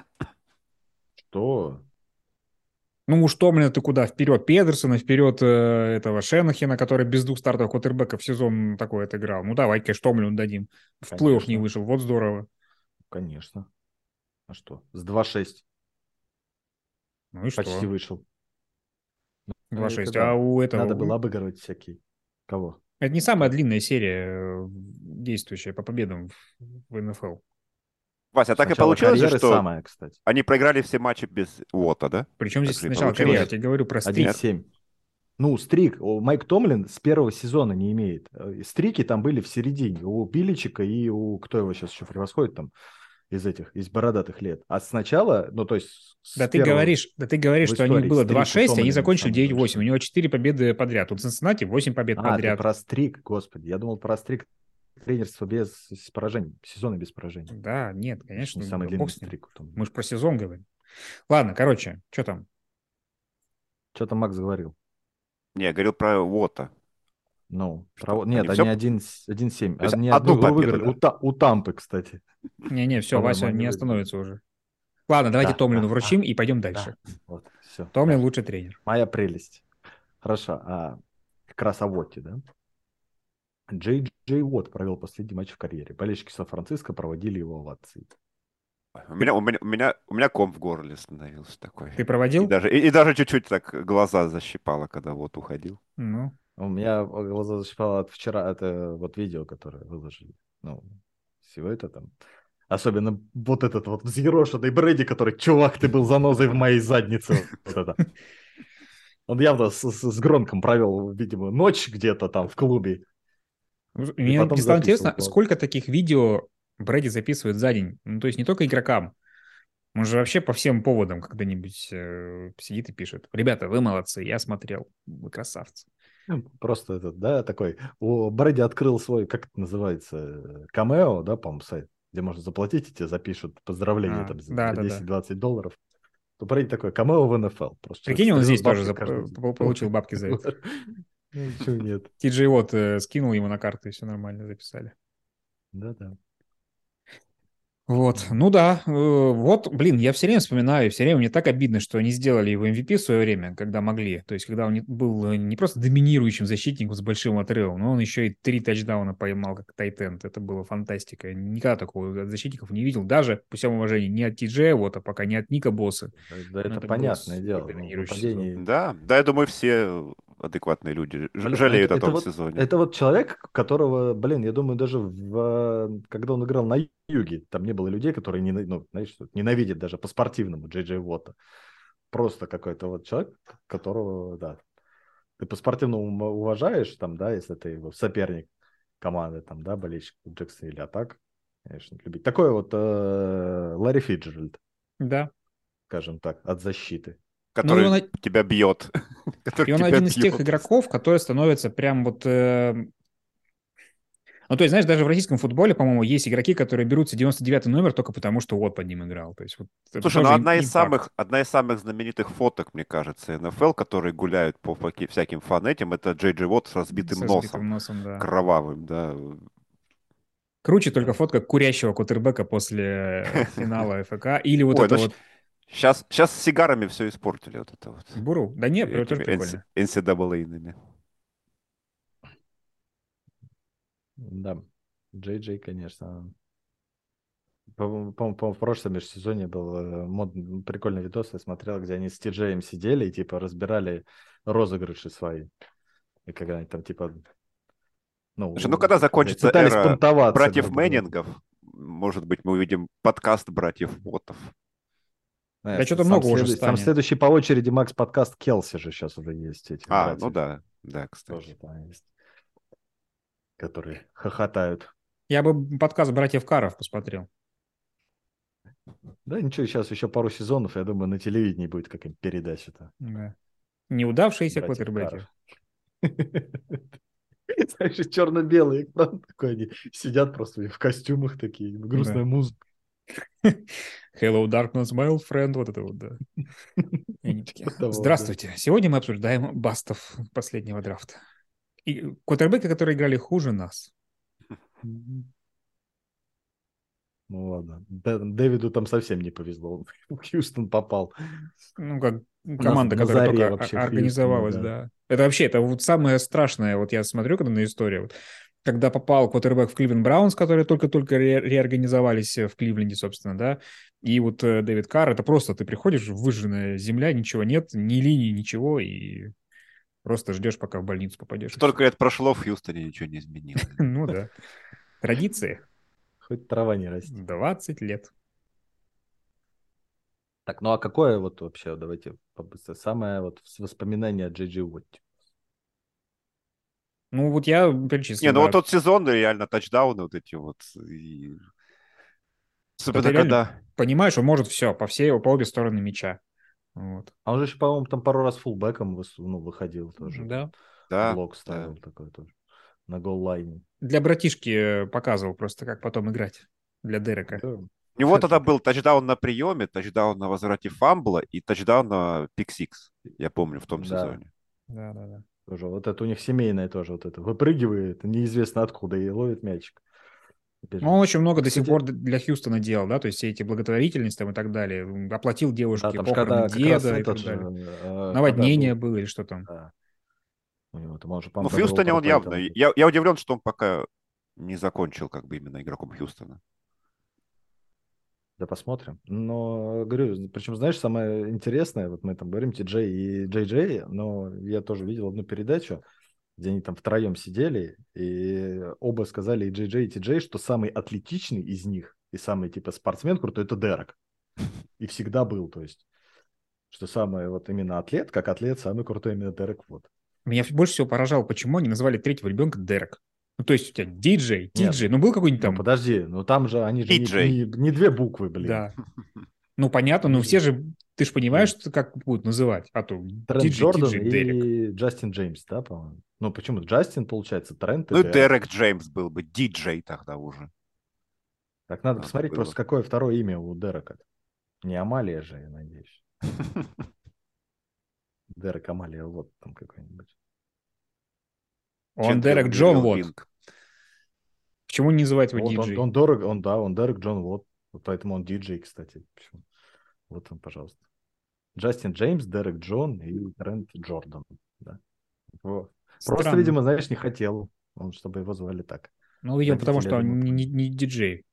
что? Ну уж Томлина ты куда? Вперед Педерсона, вперед э, этого Шенахена, который без двух стартовых квотербеков сезон такой отыграл. Ну давай, конечно, Томлину дадим. В плей-офф не Конечно, вышел, вот здорово. конечно. А что? С два шесть Ну и почти что? вышел. Ну, это два шесть. А да. у Надо этого... было обыгрывать всякие. Кого? Это не самая Кто? длинная серия, э, действующая по победам в в эн эф эл. Вася, С так и начала получилось же, карьеры что самое, кстати. они проиграли все матчи без Уота, да? Причем Так здесь же и сначала карьеры, я получилось. тебе говорю про стрик. Нет? один семь. Ну, стрик. О, Майк Томлин с первого сезона не имеет. Э, Стрики там были в середине. У Биличика и у... Кто его сейчас еще превосходит там? Из этих, из бородатых лет. А сначала, ну, то есть Да с ты первого говоришь, да ты говоришь, в что у них истории было стрик у два шесть, они Томлина закончили самый девять восемь. У большой. него четыре победы подряд. У Цинциннати восемь побед А, ты подряд. про стрик, господи. Я думал про стрик тренерство без с поражений. Сезоны без поражений. Да, нет, Значит, не конечно, самый да бог длинный с ним. стрик у Томлина. Мы же про сезон говорим. Ладно, короче, что там? Что там Макс говорил? Не, я говорил про Уота. Ну, Что? про... Они нет, все... они один семь. То есть Они одну одну игру победу, выиграли. У, да? Та- у Тампы, кстати. Не-не, все, По-моему, Вася они не выиграли. остановится уже. Ладно, давайте Да, Томлину да, да, вручим и пойдем да. дальше. Вот, все, Томлин да. лучший тренер. Моя прелесть. Хорошо, а как раз о Вотте, да? Джей Джей Уотт провел последний матч в карьере. Болельщики Сан-Франциско проводили его овации. У меня, у меня, у меня, у меня ком в горле становился такой. Ты И проводил? даже, и, и даже чуть-чуть так глаза защипало, когда вот уходил. Ну, У меня глаза защипало от вчера, это вот видео, которое выложили. Ну, всего это там. Особенно вот этот вот взъерошенный Брэди, который, чувак, ты был занозой в моей заднице. Вот это. Он явно с, с, с Гронком провел, видимо, ночь где-то там в клубе. И мне потом стало записывал. интересно, сколько таких видео Брэди записывает за день. Ну, то есть не только игрокам. Он же вообще по всем поводам когда-нибудь э, сидит и пишет. Ребята, вы молодцы, я смотрел, вы красавцы. Просто этот, да, такой. У Брэди открыл свой, как это называется, камео, да, по-моему, сайт, где можно заплатить, и тебе запишут поздравления А, там за да, да, да. десять-двадцать долларов. То Брэди такой, камео в эн эф эл. Просто человек Прикинь, он стрёт здесь тоже бабки зап- каждый э, день. по- получил бабки за это. Ну, чего нет. Ти Джей Уотт э, скинул ему на карту, и все нормально записали. Да-да. Вот, ну да, э, вот, блин, я все время вспоминаю, все время мне так обидно, что они сделали его эм ви пи в свое время, когда могли. То есть, когда он не- был э, не просто доминирующим защитником с большим отрывом, но он еще и три тачдауна поймал как тайтенд. Это было фантастика. Никогда такого от защитников не видел. Даже, по всему уважению, не от Ти Джея, вот, а пока не от Ника Босса. Да, да, Но это это был понятное супер дело. Ну, в доминирующий сезон. нападении... Да, да, я думаю, все адекватные люди ж- Блин, жалеют это, о это том вот, сезоне. это вот человек, которого, блин, я думаю, даже в, когда он играл на юге, там не было людей, которые не, ну, знаешь, что, ненавидят даже по-спортивному Джей Джей Уотта. Просто какой-то вот человек, которого, да, ты по-спортивному уважаешь, там, да, если ты его соперник команды, там, да, болельщик Джексона или атак, конечно, любить. Такой вот э, Ларри Фиджеральд, Да. скажем так, от защиты. Ну, и он, Который тебя бьет. Который и он тебя один из тех бьет. игроков, который становится прям вот... э, Ну, то есть, знаешь, даже в российском футболе, по-моему, есть игроки, которые берутся девяносто девятый номер только потому, что вот под ним играл. То есть, вот это Слушай, ну тоже им- одна из импакт. самых, одна из самых знаменитых фоток, мне кажется, эн эф эл, которые гуляют по факи- всяким фанатам, это Джей Джей Уотт с разбитым Со носом, сбитым носом, да. кровавым, да. Круче только Да. фотка курящего квотербека после финала эф а ка. Или вот Ой, это ну вот сейчас, сейчас с сигарами все испортили, вот это вот. Буру. Да нет, это тоже Этими прикольно. эн си эй эй-ными. Да, Джей Джей, конечно. По-моему, по-моему, в прошлом межсезонье был э, модный, прикольный видос, я смотрел, где они с Ти Джеем сидели и типа разбирали розыгрыши свои. И когда они там типа, Слушай, ну ну, когда как сказать, закончится пытались эра понтоваться, братьев грубо говоря. Мэннингов, может быть, мы увидим подкаст братьев Уоттов. Э, Да что-то Сам, много уже следующий, сам станет. следующий по очереди Макс подкаст Келси же сейчас уже есть, этих А, ну братьев. да, да, Тоже кстати. там есть, которые хохотают. Я бы подкаст братьев Каров посмотрел. Да ничего, сейчас еще пару сезонов, я думаю, на телевидении будет какая-нибудь передача-то. Да. Неудавшиеся Братьев квотербеки. Знаешь, черно-белый экран такой, они сидят просто в костюмах такие, грустная Да. музыка. Hello, darkness, my old friend. Вот это вот, да. И они такие, Типа того, да. здравствуйте. Сегодня мы обсуждаем бастов последнего драфта. И квотербеки, которые играли хуже нас. Мгм. Ну ладно. Дэ- Дэвиду там совсем не повезло. Он в Хьюстон попал. Ну, как На, команда, на которая заре только вообще о- в Хьюстоне, организовалась, да. да. Это вообще, это вот самое страшное, вот я смотрю, когда на историю, вот, когда попал квотербек в Кливленд Браунс, которые только-только ре- реорганизовались в Кливленде, собственно, да, и вот э, Дэвид Карр, это просто ты приходишь, выжженная земля, ничего нет, ни линии, ничего, и просто ждешь, пока в больницу попадешь. и Столько всё. лет прошло, в Хьюстоне ничего не изменилось. Ну да. Традиции. Хоть трава не растет. двадцать лет. Так, ну а какое вот вообще, давайте побыстрее, самое вот воспоминание о Джей Джей Уотте? Ну вот я Не, перечислил, ну вот да. тот сезон, реально, тачдауны вот эти вот. И... Да ты Особенно реально когда... понимаешь, он может все, по всей, по обе стороны мяча. Вот. А он же еще, по-моему, там пару раз фулбэком выс- ну, выходил тоже. Да. Да, Блок да. ставил такой тоже. На гол-лайне. Для братишки показывал просто, как потом играть. Для Дерека. Да. У него тогда был тачдаун на приеме, тачдаун на возврате фамбла и тачдаун на пик-сикс. Я помню, в том Да. сезоне. Да, да, да. Тоже вот это у них семейное тоже вот это. Выпрыгивает неизвестно откуда и ловит мячик. Опять Ну, же. он очень много до Кстати, сих пор д- для Хьюстона делал, да, то есть все эти благотворительности там и так далее. М, Оплатил да, девушке там же похороны когда как раз деда и этот так же, далее. э, когда Наводнение был, было или что там. да. У него там, он же, Ну, по-моему, в даже Хьюстоне он оверплей явно... там был. Я, я удивлен, что он пока не закончил как бы именно игроком Хьюстона. Да посмотрим. Но, говорю, причем, знаешь, самое интересное, вот мы там говорим Ти Джей и Джей Джей, но я тоже видел одну передачу, где они там втроем сидели, и оба сказали, и Джей Джей, и Ти Джей, что самый атлетичный из них, и самый, типа, спортсмен крутой, это Дерек. И всегда был, то есть, что самый вот именно атлет, как атлет, самый крутой именно Дерек вот. Меня больше всего поражало, почему они назвали третьего ребенка Дерек. Ну, то есть у тебя Диджей, Нет, Ти-Джей, ну был какой-нибудь ну там... подожди, ну там же, они же не, Ти-Джей. не, не две буквы, блин. Да. Ну, понятно, Они но все же же... Ты же понимаешь, что как будут называть? А то Трент Диджей, Джордан Ти-Джей, Дерек. и Джастин Джеймс, да, по-моему? Ну почему? Джастин, получается, Трент и Ну и Дерек. Дерек Джеймс был бы, Диджей тогда уже. Так надо Надо посмотреть было. просто, какое второе имя у Дерека. Не Амалия же, я надеюсь. Дерек Амалия, вот там какой-нибудь. Он Чендлер Дерек Джон Мюрриел Уотт. Бинг. Почему не называть его Вот он, Диджей? он Дерек, он, да, он Дерек Джон Вот. Вот поэтому он диджей, кстати. Почему? Вот он, пожалуйста. Джастин Джеймс, Дерек Джон и Трент Джордан. Да. Вот. Просто, Странно. видимо, знаешь, не хотел он, чтобы его звали так. Ну, видимо, потому Родители, что я думаю, он не, не- поняли. не диджей.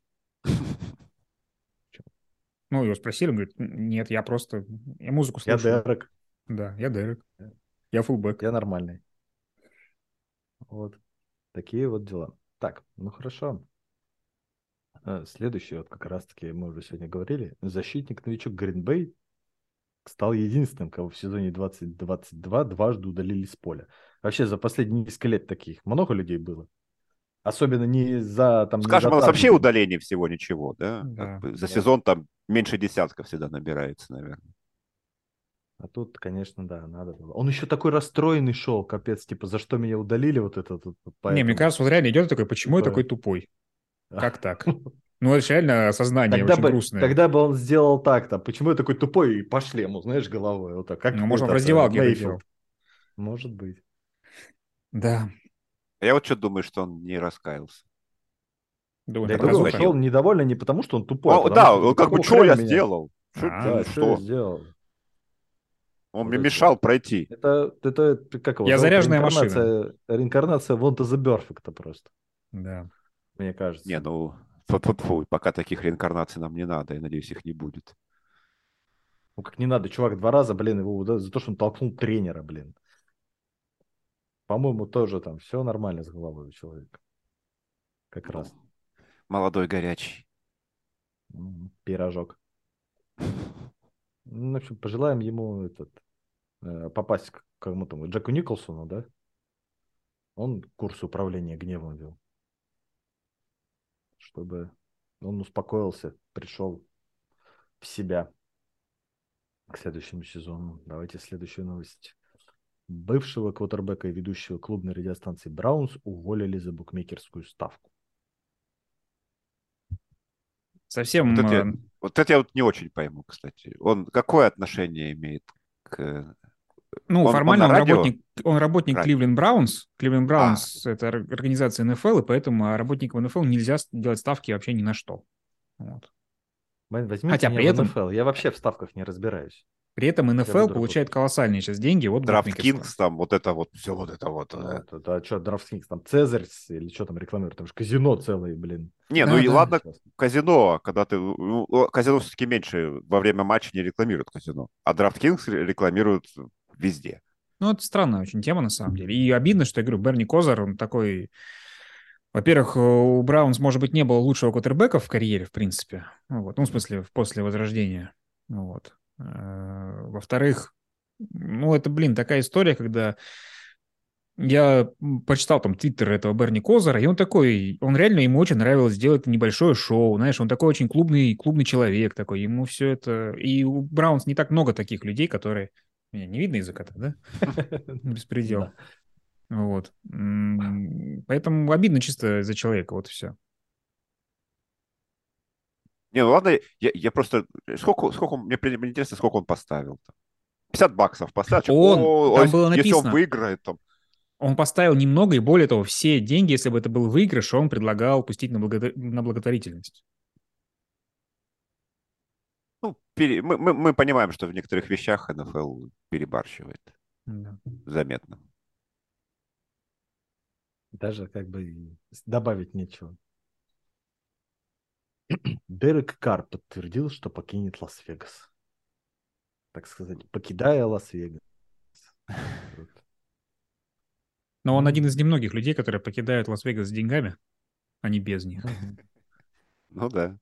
Ну, его спросили, он говорит, нет, я просто, я музыку Я слушаю. Дерек. Да, я Дерек, я фулбэк. Я нормальный. Вот. Такие вот дела. Так, ну хорошо. Э, Следующий, вот как раз-таки мы уже сегодня говорили, защитник-новичок Гринбей стал единственным, кого в сезоне двадцать двадцать два дважды удалили с поля. Вообще за последние несколько лет таких много людей было. Особенно не за, там, не за Скажем, у нас вообще травмы. удалений всего ничего, да? Как Да. бы за Да. сезон там меньше десятка всегда набирается, наверное. А тут, конечно, да, надо было. Он еще такой расстроенный шел, капец, типа, за что меня удалили, вот это, вот, вот, Не, мне поэтому. кажется, вот реально идет такой, почему я такой Типа, тупой? Как так? Ну, это же реально осознание тогда очень бы, грустное. тогда бы он сделал так-то. Почему я такой тупой и по шлему, знаешь, головой? Вот так, Ну, как может, он в этот э, раздевалке это делал. Мейфилд. Может быть. Да, А я вот что думаю, что он не раскаялся. думаю, Да я Когда говорю, он показуха. ушел уходил. недовольный не потому, что он тупой, а Он- потому да, что он типа, как бы, какого что хрена я меня... сделал? Что, А, Да, что я что? сделал? Он Вот мне это вот. мешал пройти. Это, это, это, как его я зовут? заряженная машина. Реинкарнация, реинкарнация Want the Perfect просто, Да. мне Не, кажется. ну, фу-фу-фу, пока таких реинкарнаций нам не надо, я надеюсь, их не будет. Ну, как не надо, чувак два раза, блин, его да, за то, что он толкнул тренера, блин. По-моему, тоже там все нормально с головой у человека. Как Ну, раз. молодой, горячий. М, Пирожок. Ну, в общем, пожелаем ему этот, э, попасть к кому там, Джеку Николсону, да? Он курс управления гневом вел, чтобы он успокоился, пришел в себя к следующему сезону. Давайте следующую новость. Бывшего квотербека и ведущего клубной радиостанции Браунс уволили за букмекерскую ставку. Вот Совсем, это, я- э, вот это я вот не очень пойму, кстати. Он какое отношение имеет к... ну, Он, он на формально он радио? работник, он работник Радио. Кливленд Браунс. Кливленд А, Браунс– это ор- организация эн эф эл, и поэтому работникам эн эф эл нельзя с- делать ставки вообще ни на что. Вот. Блин, возьмите Хотя меня при в этом, эн эф эл. Я вообще в ставках не разбираюсь. при этом Я эн эф эл буду работать. получает колоссальные сейчас деньги от букмекерства. DraftKings там, вот это вот, все вот это вот. Ну, э. вот это, а что, DraftKings, там Цезарь или что там рекламируют? Там же казино целое, блин. Не, ну Да, и да. ладно, казино, когда ты... ну, казино все-таки меньше во время матча не рекламируют казино, а DraftKings рекламируют везде. Ну, это странная очень тема, на самом деле. И обидно, что, я говорю, Берни Козар, он такой... Во-первых, у Браунс, может быть, не было лучшего квотербека в карьере, в принципе. Ну, вот. Ну, в смысле, после возрождения. Ну, вот. Э, Во-вторых, ну, это, блин, такая история, когда я м, почитал там твиттер этого Берни Козара, и он такой, он реально, ему очень нравилось делать небольшое шоу, знаешь, он такой очень клубный, клубный человек такой, ему все это... И у Браунс не так много таких людей, которые... Меня не видно языка-то, да? Беспредел. Да. Вот. М, Поэтому обидно чисто за человека, вот и все. Не, ну ладно, я, я просто... Сколько, сколько, он- мне, при- мне интересно, сколько он поставил там. пятьдесят баксов поставил. Человек, Он, о, а там было если он написано, выиграет, там... он поставил немного, и более того, все деньги, если бы это был выигрыш, он предлагал пустить на, благо- на благотворительность. Ну, пере- мы, мы, мы понимаем, что в некоторых вещах эн эф эл перебарщивает Да. заметно. Даже как бы и добавить нечего. Дерек Карр подтвердил, что покинет Лас-Вегас. Так сказать, покидая Лас-Вегас. Вот. Но он один из М. немногих людей, которые покидают Лас-Вегас с деньгами, а не без них. Мгм. Ну да.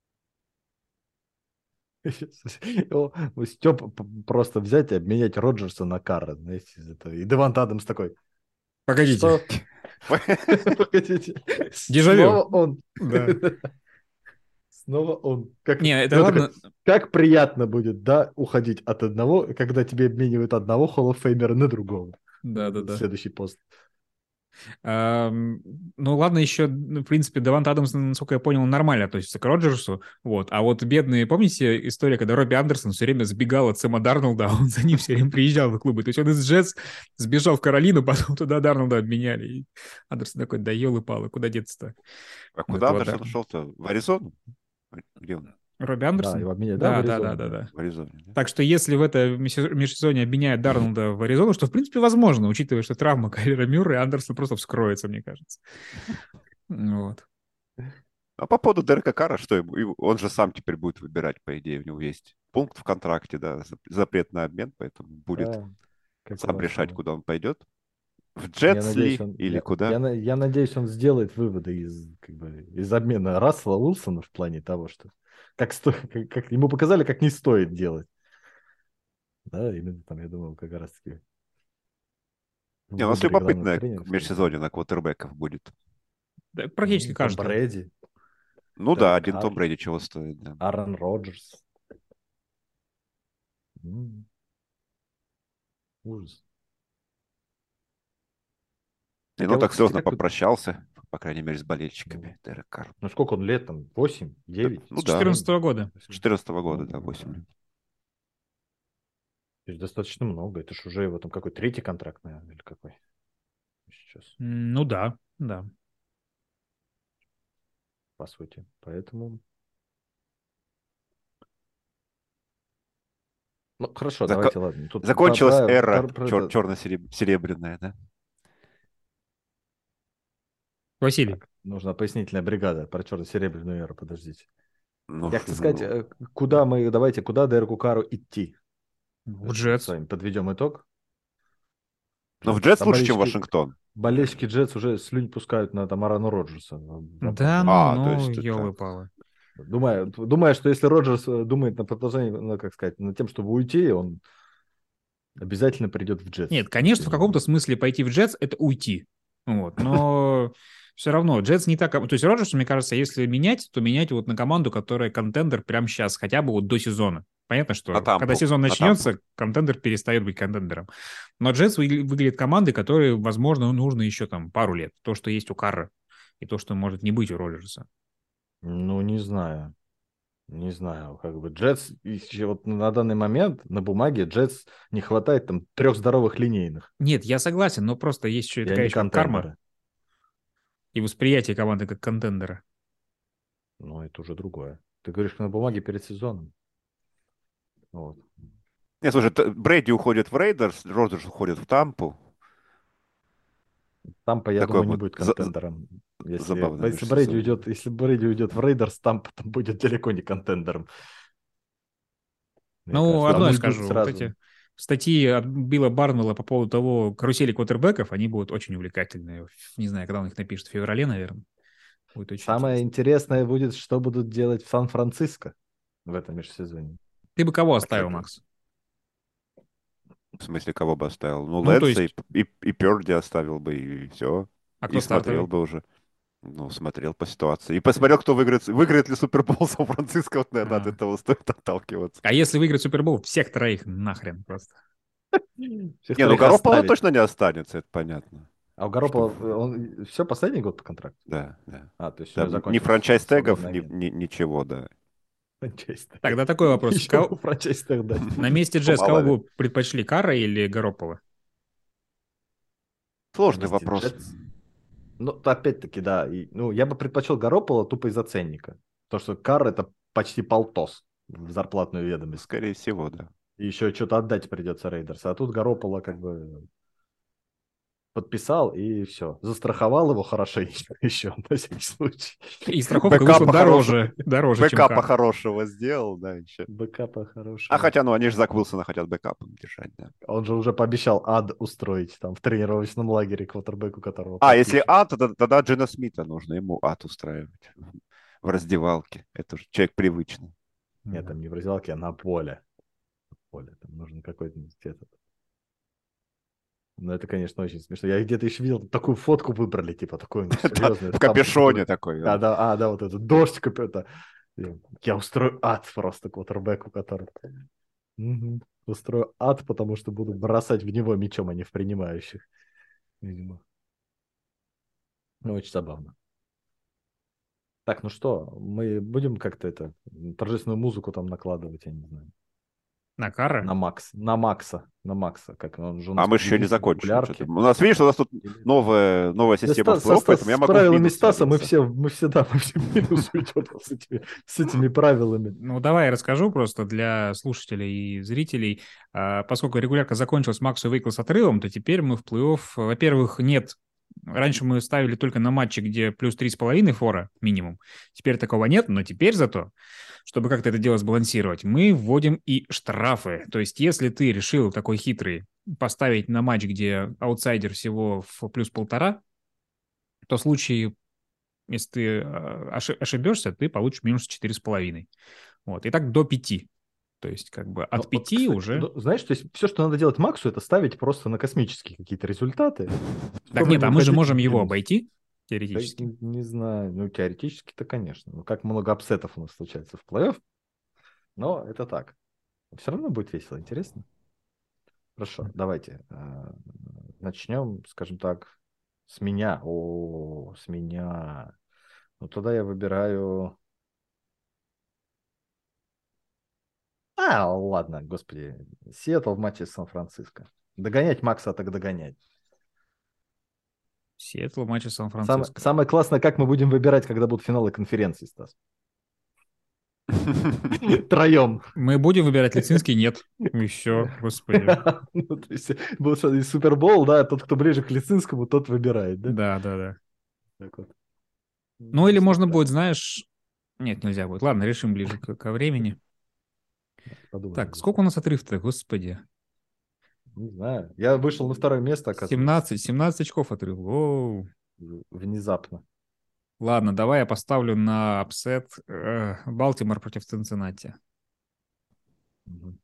О, Степ просто взять и обменять Роджерса на Карра, знаете, это. И Девант Адамс такой, Погодите, что? Погодите, дежавю. снова он. Да. Снова он. Как, Не, это ну, такой, ладно. как приятно будет, да, уходить от одного, когда тебе обменивают одного Hall of Famer на другого. Да-да-да. Следующий пост. Ам, Ну, ладно, еще, ну, в принципе, Давант Адамс, насколько я понял, нормально относится к Роджерсу. Вот. А вот бедные, помните история, когда Робби Андерсон все время сбегал от Сэма Дарнолда, а он за ним все время приезжал в клубы. То есть он из Джетс сбежал в Каролину, потом туда Дарнолда обменяли. И Андерсон такой, да елы-палы, куда деться-то? А от куда этого Андерсон Дарнолда? ушел-то? В Аризону? Где он? Робби Да, Андерсон? его обменяли, да, в Да, да, да, Аризону, да, да. да. В Аризоне, да? Так что если в это межсе- межсезонье обменяют Дарнолда в Аризону, что в принципе возможно, учитывая, что травма Кайлера Мюррея, Андерсон просто вскроется, мне кажется. Вот. А по поводу Дерека Карра, что ему? И он же сам теперь будет выбирать, по идее, у него есть пункт в контракте, да, зап- запрет на обмен, поэтому будет Да, как у сам вас решать, там. куда он пойдет. В Я Джетс надеюсь, ли он, или я, куда? я, на- я надеюсь, он сделает выводы из, как бы, из обмена Рассела Уилсона в плане того, что как, сто, как, как ему показали, как не стоит делать. Да, именно там, я думал, как раз таки в Не, у нас выборе главного любопытное тренера. межсезонье на квотербеков будет. Да, практически Ну, Том каждый. Брэди, Ну да, Дерек один Том Карр, Брэди чего стоит, да. Аарон Роджерс. М, Ужас. И Хотя ну вот, так кстати, слезно как вы... попрощался, по крайней мере, с Ну, болельщиками Дерек Карр. ну, сколько он лет там? Восемь, Да, девять, ну С да, семь? четырнадцатого года. с четырнадцатого года, Ну, да, восемь лет. то есть достаточно много. Это ж уже его там какой третий контракт, наверное, или какой сейчас, М, Ну да, да. по сути. Поэтому... Ну, хорошо, Зако- давайте, ладно. Тут про, Закончилась про, эра про, про это... черно-серебряная, да? Василий, Так, нужна пояснительная бригада про черно-серебряную эру, подождите. Ну, Я ш- хотел сказать, ну, э, куда мы, давайте, куда Дереку Кару идти? в Это мы с Джетс. вами подведем итог. но в Потому что Джетс там лучше, чем болельщики, Вашингтон. болельщики Джетс уже слюнь пускают на там Аарону Роджерса. Да Забавно. ну, А, то ну, есть это... елы-палы. Думаю, думаю, что если Роджерс э, думает на продолжение, ну, как сказать, над тем, чтобы уйти, он обязательно придет в Джетс. Нет, конечно, Если в каком-то не... смысле пойти в Джетс — это уйти. Вот. Но все равно Джетс не так... То есть Роджерсу, мне кажется, если менять, то менять вот на команду, которая контендер прямо сейчас, хотя бы вот до сезона. Понятно, На что когда Тампу, сезон на Тампу. начнется, контендер перестает быть контендером. Но Джетс выгля- выглядит командой, которой, возможно, нужно еще там пару лет. То, что есть у Карра, и то, что может не быть у Роджерса. Ну, не знаю. Не знаю, как бы Джетс, еще вот на данный момент на бумаге Джетс не хватает там трех здоровых линейных. Нет, я согласен, но просто есть еще и И такая они вещь, как карма контендеры. и восприятие команды как контендера. Ну, это уже другое. Ты говоришь на бумаге перед сезоном. Вот. Нет, слушай, т- Брэди уходит в Рейдерс, Роджерс уходит в Тампу. Тампа, я Такое думаю, не будет будет за- за- контендером. Если, забавное если Брейди межсезонье. уйдет, если Брейди уйдет в Рейдерс, Тампа там будет далеко не контендером. Мне Ну, кажется, там одно я уйдут скажу, вот сразу. эти статьи от Билла Барнвелла по поводу того карусели квотербеков, они будут очень увлекательные. Не знаю, когда он их напишет, в феврале, наверное. Будет очень Самое интересно. интересное будет, что будут делать в Сан-Франциско в этом межсезонье. Ты бы кого А что оставил, это? Макс? В смысле, кого бы оставил? Ну, Ну, то Лэнса и, есть, и, и Пёрди оставил бы, и все. а И кто смотрел стартовый? бы уже. Ну, смотрел по ситуации. И посмотрел, кто выиграет. Выиграет ли Супербол Сан-Франциско. Вот, наверное, от А. этого стоит отталкиваться. А если выиграть Супербол, всех троих нахрен просто. Всех Не, ну троих Гаропполо оставить. точно не останется, это понятно. А у Что... Гаропа он все последний год по контракту? Да, да. А, то есть у него Там ни закончился франчайз-тегов, свободный ни, агент. ни- ничего, да. Франчайз тег. Тогда такой вопрос. Еще Кого- бы франчайз тег дать. На месте Ну, Джетс мало кого ли. бы предпочли, Карра или Гароппола? На Сложный месте вопрос. Джетс. Ну, то опять-таки, да. И, ну, я бы предпочел Гароппола тупо из-за ценника. То, что Карр это почти полтос в зарплатную ведомость. Скорее всего, да. И еще что-то отдать придется Рейдерс. А тут Гароппола как бы... подписал и все. Застраховал его хорошенько еще, на всякий случай. И страховка вышла Бэкапа дороже, хорошего, дороже, чем бэкапа карта. хорошего сделал, да, еще. Бэкапа А хорошего. хотя, ну, они же Зак Уилсона хотят бэкапом держать, да. Он же уже пообещал ад устроить там в тренировочном лагере квотербеку, которого А, если подпишет. ад, то тогда Джина Смита нужно ему ад устраивать в раздевалке. Это же человек привычный. Нет, там не в раздевалке, а на поле. Поле. Там нужен какой-то этот. Ну, это, конечно, очень смешно. Я где-то еще видел, такую фотку выбрали, типа, такой, ну, серьезный. В капюшоне такой. А, да, а, да, вот этот дождь, это. Я устрою ад просто квотербеку, который... Угу. Устрою ад, потому что буду бросать в него мячом, а не в принимающих. Видимо. Ну, очень забавно. Так, ну что, мы будем как-то это, торжественную музыку там накладывать, я не знаю. На Карра? На Макс, на Макса, на Макса, как он же у А нас мы же еще не появился в закончили. регулярке. что-то. У нас, видишь, у нас тут новая, новая Да, система Стас- в плей-офф, со- поэтому я с могу в правилами минус Стаса мы свалиться. все, мы всегда, мы все в минус уйдем с этими, с этими правилами. Ну, давай я расскажу просто для слушателей и зрителей. А, Поскольку регулярка закончилась, Максу выиграл с отрывом, то теперь мы в плей-офф, во-первых, нет. Раньше мы ставили только на матчи, где плюс три с половиной фора минимум. Теперь такого нет, но теперь зато, чтобы как-то это дело сбалансировать, мы вводим и штрафы. То есть если ты решил такой хитрый поставить на матч, где аутсайдер всего в плюс полтора, то в случае, если ты э, оши- ошибешься, ты получишь минус четыре с половиной. Вот. И так до пяти. То есть как бы Ну, от вот, пяти кстати, уже... ну, знаешь, то есть все, что надо делать Максу, это ставить просто на космические какие-то результаты. Так чтобы нет, не а мы же уходить можем в его минус. обойти, Да, теоретически. не, не знаю, ну теоретически-то, конечно. Ну, как много апсетов у нас случается в плей-офф, но это так. Все равно будет весело, интересно. Хорошо, давайте э, начнем, скажем так, с меня. О, с меня. Ну, тогда я выбираю... А, ладно, господи. Сиэтл в матче с Сан-Франциско. Догонять Макса, так догонять. Сиэтл в матче с Самое, Сан-Франциско. самое классное, как мы будем выбирать, когда будут финалы конференции, Стас. Троем. Мы будем выбирать Лицинский? Нет. И все, господи. Ну, то есть, был что, Супербол, да, тот, кто ближе к Лицинскому, тот выбирает, да? Да, да, да. Так вот. Ну или можно будет, Правильно. знаешь... Нет, нельзя будет. Ладно, решим ближе к- ко времени. Подумаем. Так, сколько у нас отрыв-то, господи? Не знаю. Я вышел на второе место, оказывается. семнадцать, семнадцать очков отрыв. Воу. Внезапно. Ладно, давай я поставлю на апсет э, Балтимор против Цинциннати. Мгм.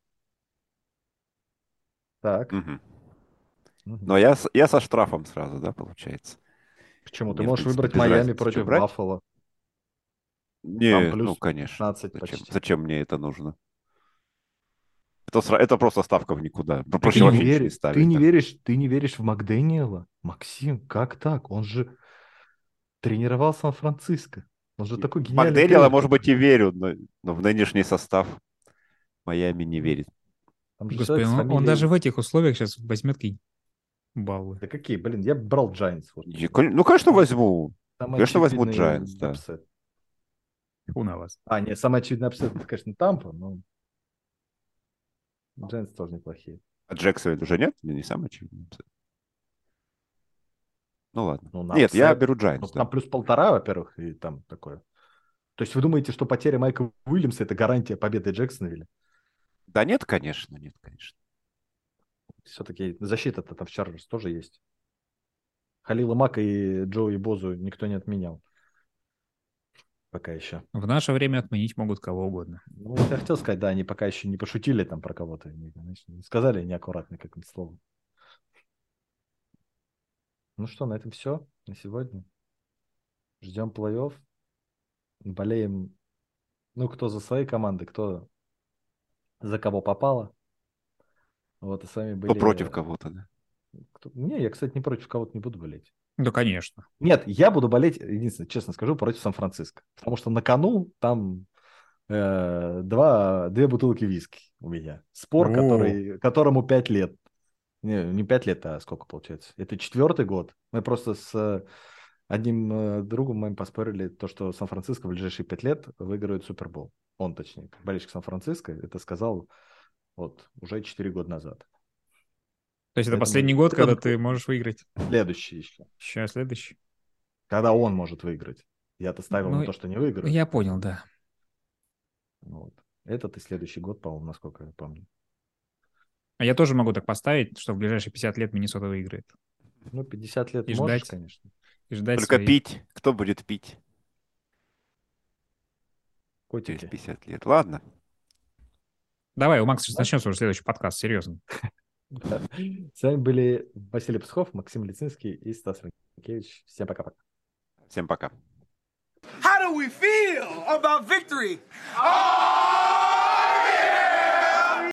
Так. Мгм. Мгм. Но я, с- я со штрафом сразу, да, получается. Почему? Ты Мне, в можешь принципе, выбрать без Майами разницы, что против брать. Баффало. Там Не, ну, плюс конечно. пятнадцать Зачем, почти. зачем мне это нужно? Это, сра- это просто ставка в никуда. Ты Проще не вообще ничего не веришь, ты ставить, не да. веришь, ты не веришь в Макдэниела? Максим, как так? Он же тренировал Сан-Франциско. Он же такой В гениальный Макдэниела, тренер. может быть, и верю, но, но в нынешний состав Майами не верит. Там же Господи, человек с он, он даже в фамилией... этих условиях сейчас возьмет какие баллы. Да какие, блин, я бы брал Giants. Вот. Я, кон- ну, конечно, возьму. Самый Конечно, возьму очевидный Giants, да. апсет. Фу на вас. А, нет, самый очевидный апсет, это, конечно, Тампа, но Giants тоже неплохие. А Джексонвилл уже нет? Не, не самый очевидный. Ну, ладно. Ну, на Нет, я апсет. беру Ну, Giants, да. там плюс полтора, во-первых, и там такое. То есть вы думаете, что потеря Майка Уильямса – это гарантия победы Джексонвилля? Да нет, конечно, нет, конечно. Все-таки защита-то там в Чарджерс тоже есть. Халила Мака и Джоуи Бозу никто не отменял. Пока еще. В наше время отменить могут кого угодно. Ну, вот я хотел сказать, да, они пока еще не пошутили там про кого-то. Не, знаешь, не сказали неаккуратно каким-то словом. Ну что, на этом все на сегодня. Ждем плей-офф. Болеем, ну, кто за свои команды, кто за кого попало. Вот, и с вами Кто против были... кого-то, да. Кто... Не, я, кстати, не против кого-то не буду болеть. Да, конечно. Нет, я буду болеть, единственное, честно скажу, против Сан-Франциско. Потому что на кону там э, два, две бутылки виски у меня. Спор, О. который, которому пять лет. Не, не пять лет, а сколько получается? Это четвертый год. Мы просто с одним э, другом моим поспорили, то, что Сан-Франциско в ближайшие пять лет выиграет Супербол. Он, точнее, как болельщик Сан-Франциско, это сказал вот уже четыре года назад. То есть это Поэтому последний год, этот когда год- ты можешь выиграть. Следующий еще. Сейчас следующий. Когда он может выиграть. Я-то ставил Ну, на то, что не выиграет. Я понял, да. Вот. Этот и следующий год, по-моему, насколько я помню. А я тоже могу так поставить, что в ближайшие пятьдесят лет Миннесота выиграет. Ну, пятьдесят лет И можешь, ждать. конечно. И ждать Только своих. пить. Кто будет пить через Котики. пятьдесят лет? Ладно. Давай, у Макса сейчас начнется уже следующий подкаст, серьезно. С вами были Василий Псхов, Максим Лицинский и Стас Ренкевич. Всем пока-пока. Всем пока. How do we feel about victory? Oh!